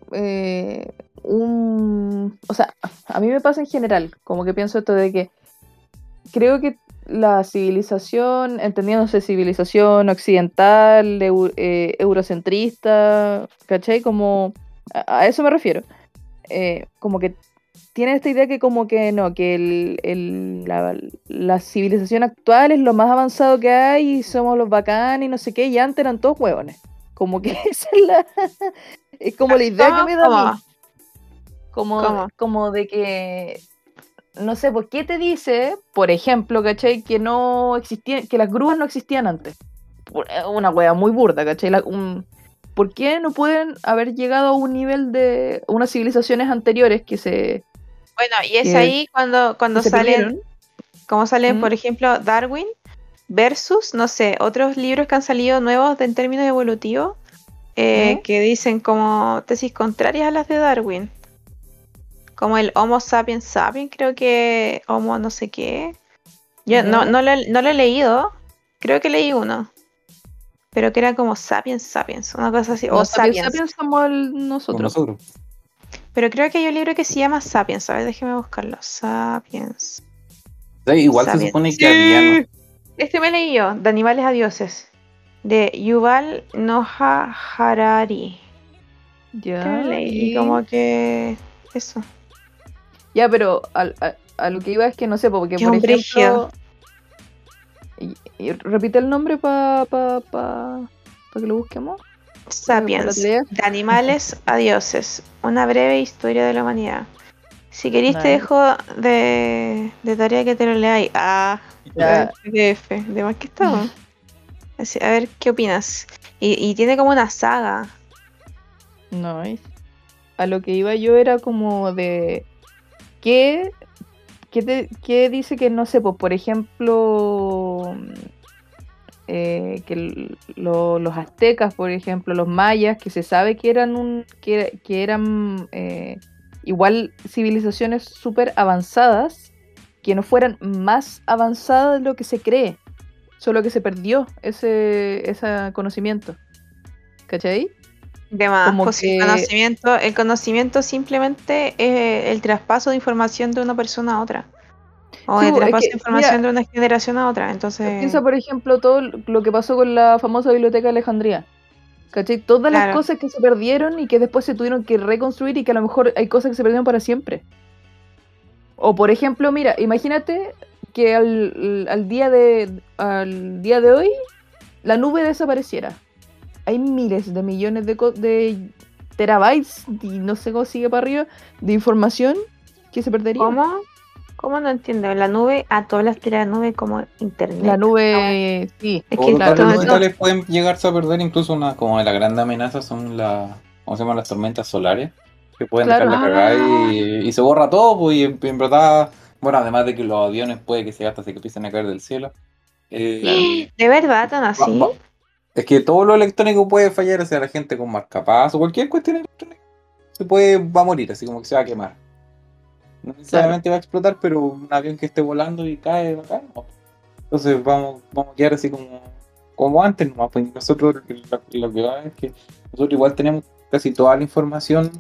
o sea, a mí me pasa en general, como que pienso esto de que creo que la civilización, entendiéndose civilización occidental, eurocentrista, ¿cachai? Como a eso me refiero. Como que tiene esta idea que como que no, que la civilización actual es lo más avanzado que hay y somos los bacanes y no sé qué, y antes eran todos huevones. Como que esa es como la idea que me da a mí. Como de que, no sé, ¿por qué te dice, por ejemplo, ¿cachai? Que no existían, que las grúas no existían antes? Una wea muy burda, ¿cachai? ¿Por qué no pueden haber llegado a un nivel de unas civilizaciones anteriores que se... Bueno, y es ahí cuando salen, como salen, por ejemplo, Darwin versus, no sé, otros libros que han salido nuevos en términos evolutivos, que dicen como tesis contrarias a las de Darwin. Como el Homo sapiens sapiens, creo que Homo no sé qué. Yo no lo he leído, creo que leí uno. Pero que era como sapiens sapiens, una cosa así. O sapiens somos nosotros. Pero creo que hay un libro que se llama Sapiens, ¿sabes? Déjeme buscarlo. Sapiens. Sí, igual Sapiens. Se supone que había, ¿no? Este me leí yo, de animales a dioses. De Yuval Noah Harari. Ya. Y como que... Eso. Ya, pero a lo que iba es que no sé, porque por ejemplo... Y repite el nombre para que lo busquemos. Sapiens, de animales a dioses, una breve historia de la humanidad. Si queréis te dejo de tarea que te lo leáis. PDF, de más que estamos. A ver qué opinas. Y tiene como una saga. Nice. A lo que iba yo era como de ¿qué dice que no sé? Pues por ejemplo que los aztecas, por ejemplo, los mayas, que se sabe que eran igual civilizaciones súper avanzadas, que no fueran más avanzadas de lo que se cree, solo que se perdió ese conocimiento. ¿Cachai? De más, pues el conocimiento simplemente es el traspaso de información de una persona a otra. O el traspaso de información de una generación a otra. Entonces piensa, por ejemplo, todo lo que pasó con la famosa biblioteca de Alejandría. ¿Cachai? Todas las Claro. cosas que se perdieron y que después se tuvieron que reconstruir y que a lo mejor hay cosas que se perdieron para siempre. O por ejemplo, mira, imagínate que al día de hoy la nube desapareciera. Hay miles de millones de terabytes y no sé cómo sigue para arriba de información que se perdería. ¿Cómo? ¿Cómo no entiendo? La nube, tú hablas de la nube como internet. La nube, sí. Es Todos que los datos todo eso- digitales pueden llegarse a perder, incluso como de la gran amenaza son ¿cómo se llaman? Las tormentas solares, que pueden Claro. dejar la cagada y se borra todo, pues, y en verdad, bueno, además de que los aviones puede que hasta se que empiecen a caer del cielo. ¿De verdad tan así? Es que todo lo electrónico puede fallar, o sea, la gente con marcapasos, cualquier cuestión electrónica va a morir, así como que se va a quemar. No necesariamente va a explotar, pero un avión que esté volando y cae, va a caer, no. Entonces vamos a quedar así como antes, nomás. Pues nosotros lo que va es que nosotros igual tenemos casi toda la información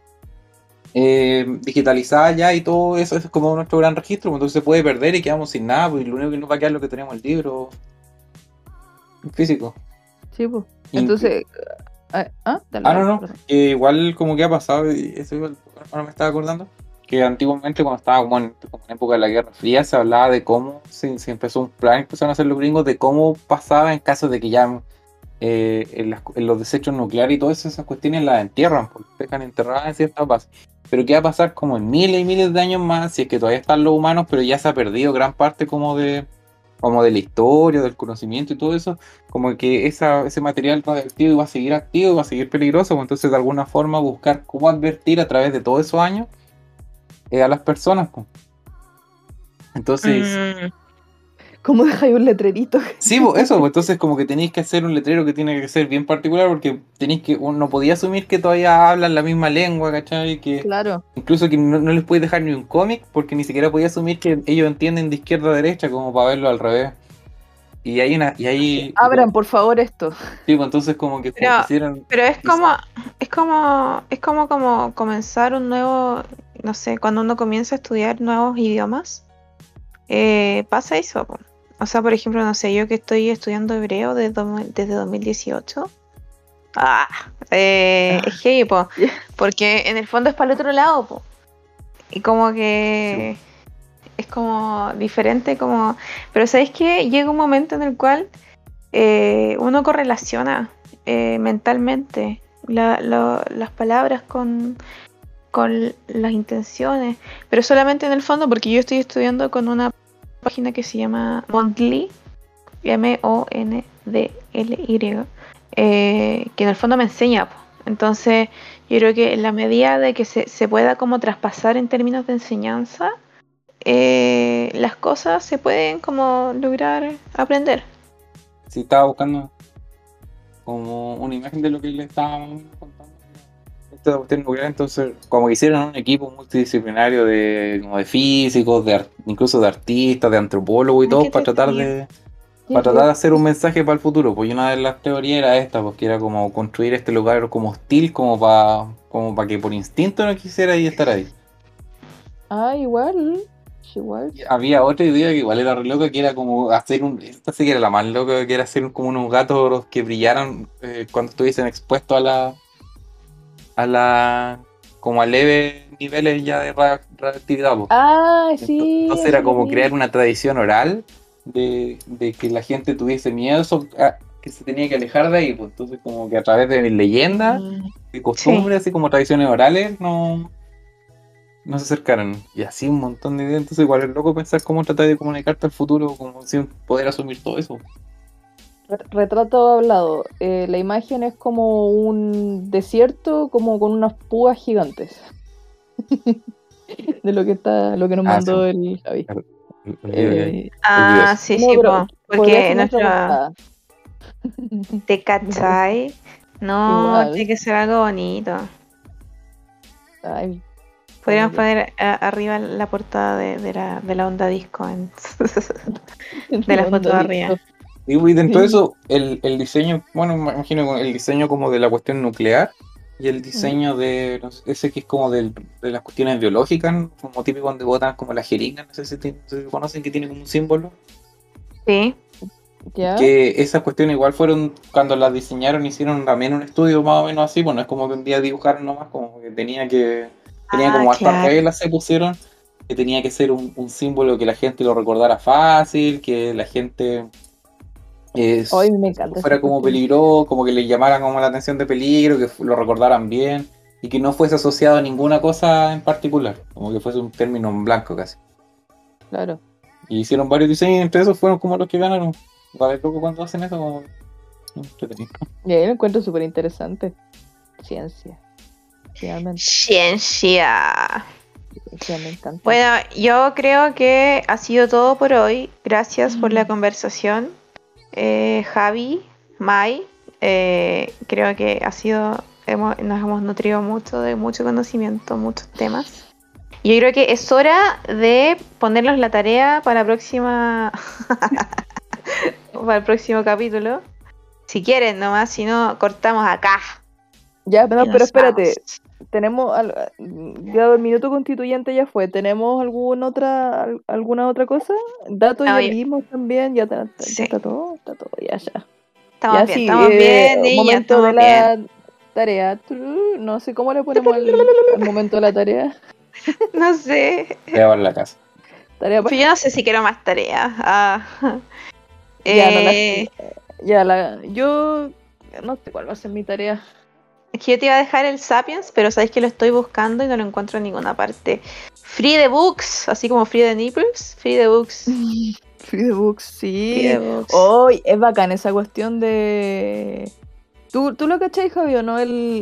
digitalizada ya y todo eso es como nuestro gran registro, pues entonces se puede perder y quedamos sin nada, pues, y lo único que nos va a quedar es lo que tenemos el libro físico. Sí, pues. Entonces. Dale, No. perdón. Que igual como que ha pasado, y eso igual, ahora me estaba acordando, que antiguamente cuando estaba como en época de la Guerra Fría se hablaba de cómo se empezó un plan, empezaron a hacer los gringos de cómo pasaba en caso de que ya en los desechos nucleares y todas esas cuestiones las entierran, porque dejan enterradas en ciertas bases. Pero qué va a pasar como en miles y miles de años más, si es que todavía están los humanos, pero ya se ha perdido gran parte como de la historia, del conocimiento y todo eso, como que ese material radioactivo va a seguir activo, va a seguir peligroso, pues entonces de alguna forma buscar cómo advertir a través de todos esos años a las personas. Pues. Entonces, ¿Cómo dejáis un letrerito? sí, pues eso, pues entonces como que tenéis que hacer un letrero que tiene que ser bien particular porque no podía asumir que todavía hablan la misma lengua, ¿cachai? Que Claro. incluso que no les podéis dejar ni un cómic porque ni siquiera podía asumir que ellos entienden de izquierda a derecha como para verlo al revés. Y ahí Abran, por favor, esto. sí, pues entonces como que quisieron. Pero es como comenzar un nuevo, no sé, cuando uno comienza a estudiar nuevos idiomas, pasa eso, po. O sea, por ejemplo, no sé, yo que estoy estudiando hebreo desde 2018. Es heavy, po, porque en el fondo es para el otro lado, po. Y como que es como diferente, como... Pero ¿sabéis qué? Llega un momento en el cual uno correlaciona mentalmente las palabras con las intenciones, pero solamente en el fondo, porque yo estoy estudiando con una página que se llama Mondly, Mondly, que en el fondo me enseña, po. Entonces yo creo que en la medida de que se pueda como traspasar en términos de enseñanza, las cosas se pueden como lograr aprender. Sí, estaba buscando como una imagen de lo que le estábamos contando. Esta cuestión nuclear, entonces como que hicieron un equipo multidisciplinario como de físicos, incluso de artistas, de antropólogos y todo, para tratar de hacer un mensaje para el futuro. Pues una de las teorías era esta, pues que era como construir este lugar como hostil, como para que por instinto no quisiera estar ahí. Igual. Había otra idea que igual era re loca, que era como hacer esta sí que era la más loca, que era hacer como unos gatos que brillaran cuando estuviesen expuestos como a leves niveles ya de radioactividad. Sí. Entonces era como crear una tradición oral de que la gente tuviese miedo, que se tenía que alejar de ahí. Pues entonces como que a través de leyendas, de costumbres, así como tradiciones orales, no se acercaron. Y así un montón de ideas. Entonces igual es loco pensar cómo tratar de comunicarte al futuro, como sin poder asumir todo eso. Retrato hablado. La imagen es como un desierto, como con unas púas gigantes. De lo que nos mandó el Javi. Sí, no, porque nuestra... ¿Te cachai? No, igual. tiene que ser algo bonito. Podríamos poner arriba la portada de la onda disco de la foto de arriba. Y dentro de eso, el diseño, bueno, me imagino el diseño como de la cuestión nuclear y el diseño de ese que es como de las cuestiones biológicas, como típico donde botan como la jeringa, no sé si conocen, que tiene como un símbolo. Sí. ¿Ya? Que esas cuestiones igual fueron, cuando las diseñaron, hicieron también un estudio más o menos así, pues no es como que un día dibujaron nomás, como que tenía como hartas claro. reglas se pusieron, que tenía que ser un símbolo que la gente lo recordara fácil, que la gente Hoy me encanta esa fuera como cuestión. peligro, como que le llamaran como la atención de peligro, que lo recordaran bien, y que no fuese asociado a ninguna cosa en particular, como que fuese un término en blanco casi. Claro. Y hicieron varios diseños y entre esos fueron como los que ganaron. Vale, poco cuando hacen eso, como entretenido. Y ahí lo encuentro súper interesante. Ciencia. Finalmente. Ciencia. Sí, me encanta. Bueno, yo creo que ha sido todo por hoy. Gracias por la conversación. Javi, Mai, creo que ha sido, nos hemos nutrido mucho de mucho conocimiento, muchos temas. Yo creo que es hora de ponernos la tarea para la próxima para el próximo capítulo. Si quieren nomás, si no, cortamos acá. Ya, Y pero nos espérate. vamos. Tenemos, ya el minuto constituyente ya fue. ¿Tenemos alguna otra cosa? Datos No, ya dimos también, ya sí, está todo, ya. estamos Ya bien, sí, estamos bien, niña, momento de estamos bien. la tarea. No sé cómo le ponemos al momento de la tarea. No sé. Llevar la casa. Tarea Pero yo no sé si quiero más tareas. Ya, no Eh, yo no sé cuál va a ser mi tarea. Es que yo te iba a dejar el Sapiens, pero sabéis que lo estoy buscando y no lo encuentro en ninguna parte. Free the Books, así como Free the Nipples. Free the Books. Free the Books, Free the sí. Books. Hoy es bacán esa cuestión de. ¿Tú lo cachai, Javi, o no?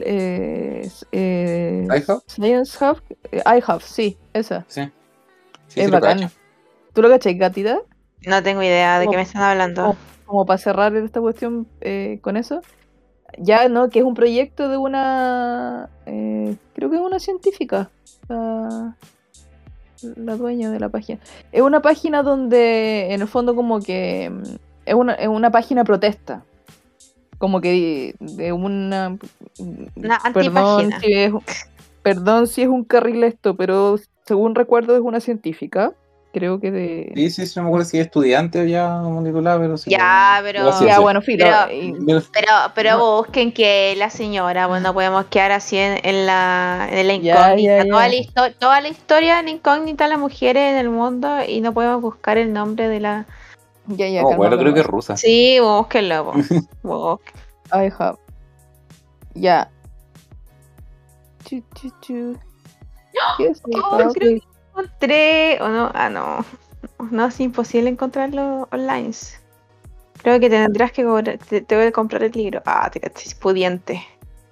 ¿iHub? Science Hub. iHub, sí, esa. Sí. Sí, Es sí lo bacán. cacho. ¿Tú lo cachai, gatita? No tengo idea de qué me están hablando. Como para cerrar esta cuestión con eso. Ya, ¿no? Que es un proyecto de una. Creo que es una científica. La dueña de la página. Es una página donde, en el fondo, como que. Es una página protesta. Como que de una. Una Perdón antipágina. perdón si es un carril esto, pero según recuerdo es una científica. Creo que de. Sí, no me acuerdo si es estudiante o ya como titular, pero sí. Ya, pero. Sí, Ya, sí. bueno, filo. Pero No. busquen que la señora, bueno, podemos quedar así en la Ya, incógnita. ya. Toda la historia en incógnita de las mujeres en el mundo y no podemos buscar el nombre de la. Ya, No, bueno, creo que es calmémonos. rusa. Sí, búsquenlo. I have. Ya. Chu. ¿Qué es Oh, I have? creo que encontré. O no, no. No, es imposible encontrarlo online. Creo que tendrás que cobrar, te voy a comprar el libro. Te cachis, pudiente.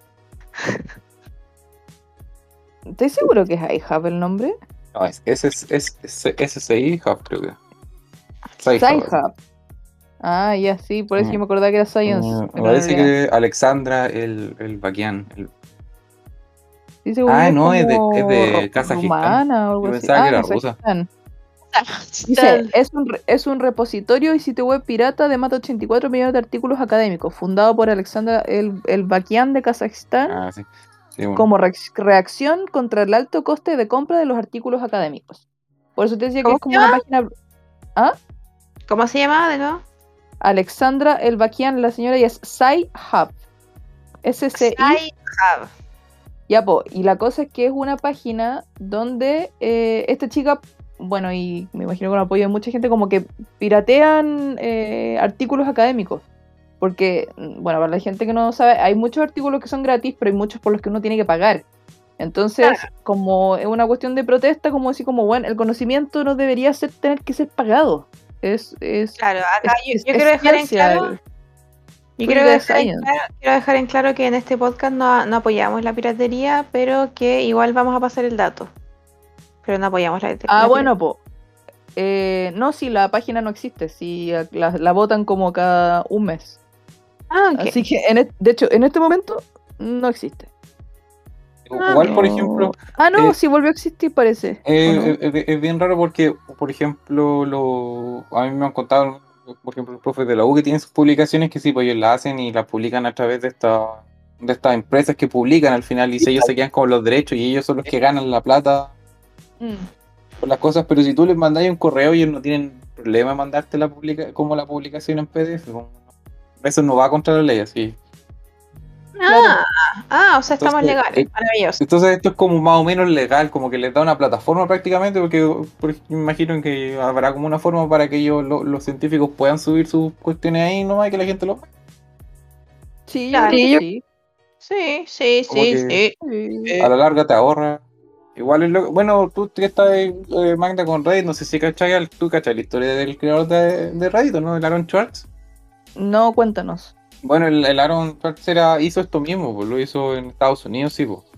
¿Estoy seguro que es I have el nombre? No, es SSI Hub, creo que. Sci-Hub. Ya sí, por eso yo me acordaba que era Science. Me parece que Alexandra el Bakian. Sí, según yo No, es como de Kazajistán. rumana o algo Yo así. pensaba que era rusa. Kazajistán. Dice, es un repositorio y sitio web pirata de más de 84 millones de artículos académicos, fundado por Alexandra el Bakian de Kazajistán, Sí. Sí, bueno. como reacción contra el alto coste de compra de los artículos académicos. Por eso te decía que es como una página... ¿Cómo se llama de nuevo? Alexandra el Bakian, la señora, y es Sci-Hub. SCI. Sci-Hub. Ya, y la cosa es que es una página donde esta chica, bueno, y me imagino con apoyo de mucha gente, como que piratean artículos académicos. Porque, bueno, para la gente que no sabe, hay muchos artículos que son gratis, pero hay muchos por los que uno tiene que pagar. Entonces, como es una cuestión de protesta, como decir, como, bueno, el conocimiento no debería tener que ser pagado. Claro, acá yo quiero dejar en claro. Quiero dejar en claro que en este podcast no apoyamos la piratería, pero que igual vamos a pasar el dato. Pero no apoyamos la piratería. Bueno, no, si la página no existe, si la votan como cada un mes. Okay. Así que, de hecho, en este momento no existe. Igual, por ejemplo... sí volvió a existir, parece. Es bien raro porque, por ejemplo, a mí me han contado, por ejemplo, los profes de la U que tienen sus publicaciones que sí, pues ellos las hacen y las publican a través de estas empresas que publican al final y ellos se quedan con los derechos y ellos son los que ganan la plata por las cosas, pero si tú les mandáis un correo ellos no tienen problema mandarte la publicación en PDF. Eso no va contra la ley, así. O sea, estamos legales, maravilloso. Entonces esto es como más o menos legal, como que les da una plataforma prácticamente, porque imagino que habrá como una forma para que ellos, los científicos puedan subir sus cuestiones ahí nomás y que la gente lo... Sí, Claro. sí. Sí. A la larga te ahorra. Igual es bueno, tú que estás Magda con Reddit, no sé si tú cachai la historia del creador de Reddit, ¿no? El Aaron Schwartz. No, cuéntanos. Bueno, el Aaron Schwartz hizo esto mismo, pues lo hizo en Estados Unidos, sí, pues.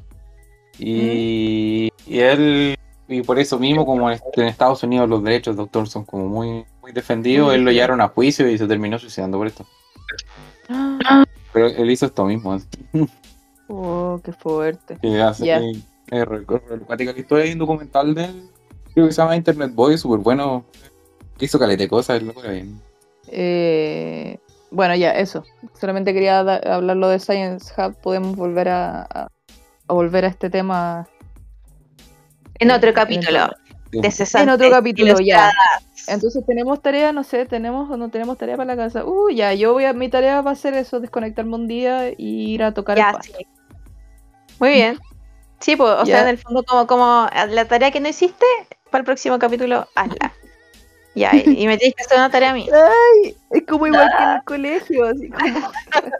Y él, y por eso mismo, como en Estados Unidos los derechos de autor son como muy, muy defendidos, él lo llevaron a juicio y se terminó suicidando por esto. Pero él hizo esto mismo. Oh, qué fuerte. Que hace la historia. Hay un documental de él, creo que se llama Internet Boy, súper bueno. Hizo caleta de cosas, locura bien. Bueno, ya, eso. Solamente quería hablarlo de Science Hub. Podemos volver a volver a este tema en otro capítulo. De 60 en otro capítulo, ya. Entonces tenemos tarea, no sé, tenemos o no tenemos tarea para la casa. Ya, mi tarea va a ser eso, desconectarme un día y ir a tocar el pasto. Sí. Muy bien. Sí, pues, o sea, en el fondo como la tarea que no hiciste, para el próximo capítulo, hazla. Ya, y me tienes que hacer una tarea a mí. Ay, es como igual que en el colegio, así como...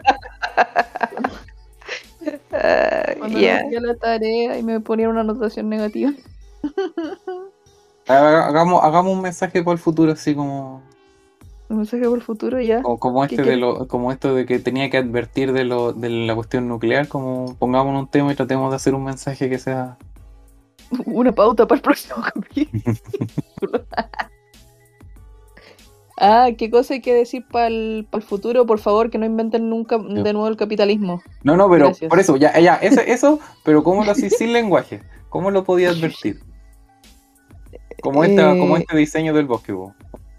Cuando no hacía la tarea y me ponían una anotación negativa. Hagamos un mensaje para el futuro, así como... Un mensaje para el futuro, ya. Como esto de que tenía que advertir de la cuestión nuclear, como pongamos un tema y tratemos de hacer un mensaje que sea... Una pauta para el próximo capítulo. ¿Qué cosa hay que decir para el futuro? Por favor, que no inventen nunca de nuevo el capitalismo. No, pero gracias. por eso, eso, pero ¿cómo lo hacís sin lenguaje? ¿Cómo lo podía advertir? Como este diseño del bosque, vos.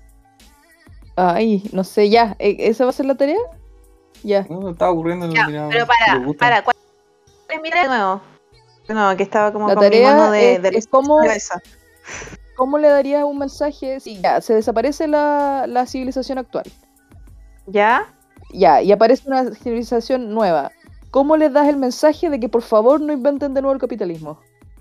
No sé, ya. ¿Esa va a ser la tarea? Ya. No, estaba ocurriendo. Ya, pero para, ¿cuál es mi tarea de nuevo? No, que estaba como la con tarea mi mano de es ¿cómo le darías un mensaje si ya se desaparece la civilización actual? ¿Ya? Ya, y aparece una civilización nueva. ¿Cómo les das el mensaje de que por favor no inventen de nuevo el capitalismo?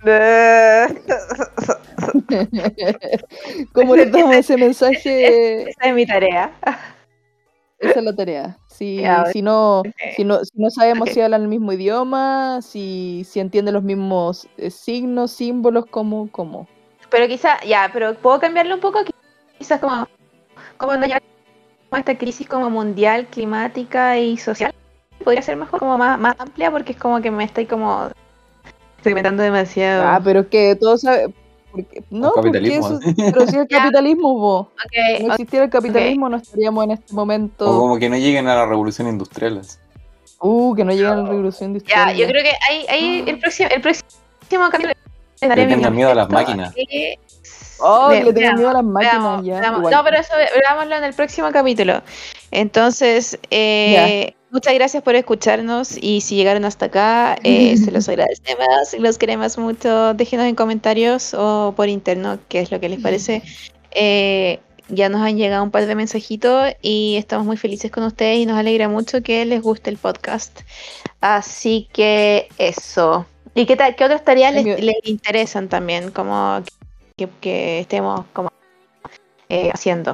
¿Cómo les damos ese mensaje? Esa es mi tarea. Esa es la tarea. Si no sabemos si hablan el mismo idioma, si entienden los mismos signos, símbolos, ¿cómo? Pero pero puedo cambiarlo un poco, quizás como no ya esta crisis como mundial, climática y social, podría ser mejor, como más amplia, porque es como que me estoy metiendo demasiado. Pero es que todos saben... No, porque eso... Pero si el capitalismo, vos. Si no existiera el capitalismo, no estaríamos en este momento... O como que no lleguen a la revolución industrial. Que no lleguen a la revolución industrial. Yo creo que ahí el próximo capítulo... Le tengan miedo a las máquinas. Que le tengan miedo a las máquinas, veamos. No, pero eso veámoslo en el próximo capítulo. Entonces, muchas gracias por escucharnos y si llegaron hasta acá, se los agradecemos, los queremos mucho. Déjenos en comentarios o por interno qué es lo que les parece. Ya nos han llegado un par de mensajitos y estamos muy felices con ustedes y nos alegra mucho que les guste el podcast. Así que eso. ¿Y qué otras tareas les interesan también? Como que estemos como haciendo.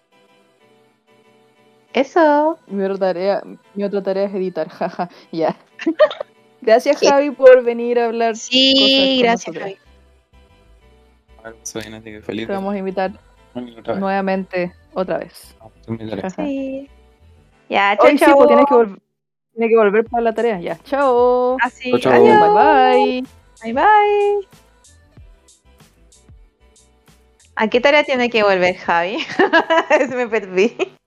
Eso. Mi otra tarea es editar, jaja, ya. Gracias, Javi, por venir a hablar. Sí, gracias, Javi. Te vamos a invitar nuevamente otra vez. Sí. Ya, chao. Sí, pues tiene que volver para la tarea. Ya, chao. Así. Chao. Bye. Bye. ¿A qué tarea tiene que volver, Javi? Me perdí.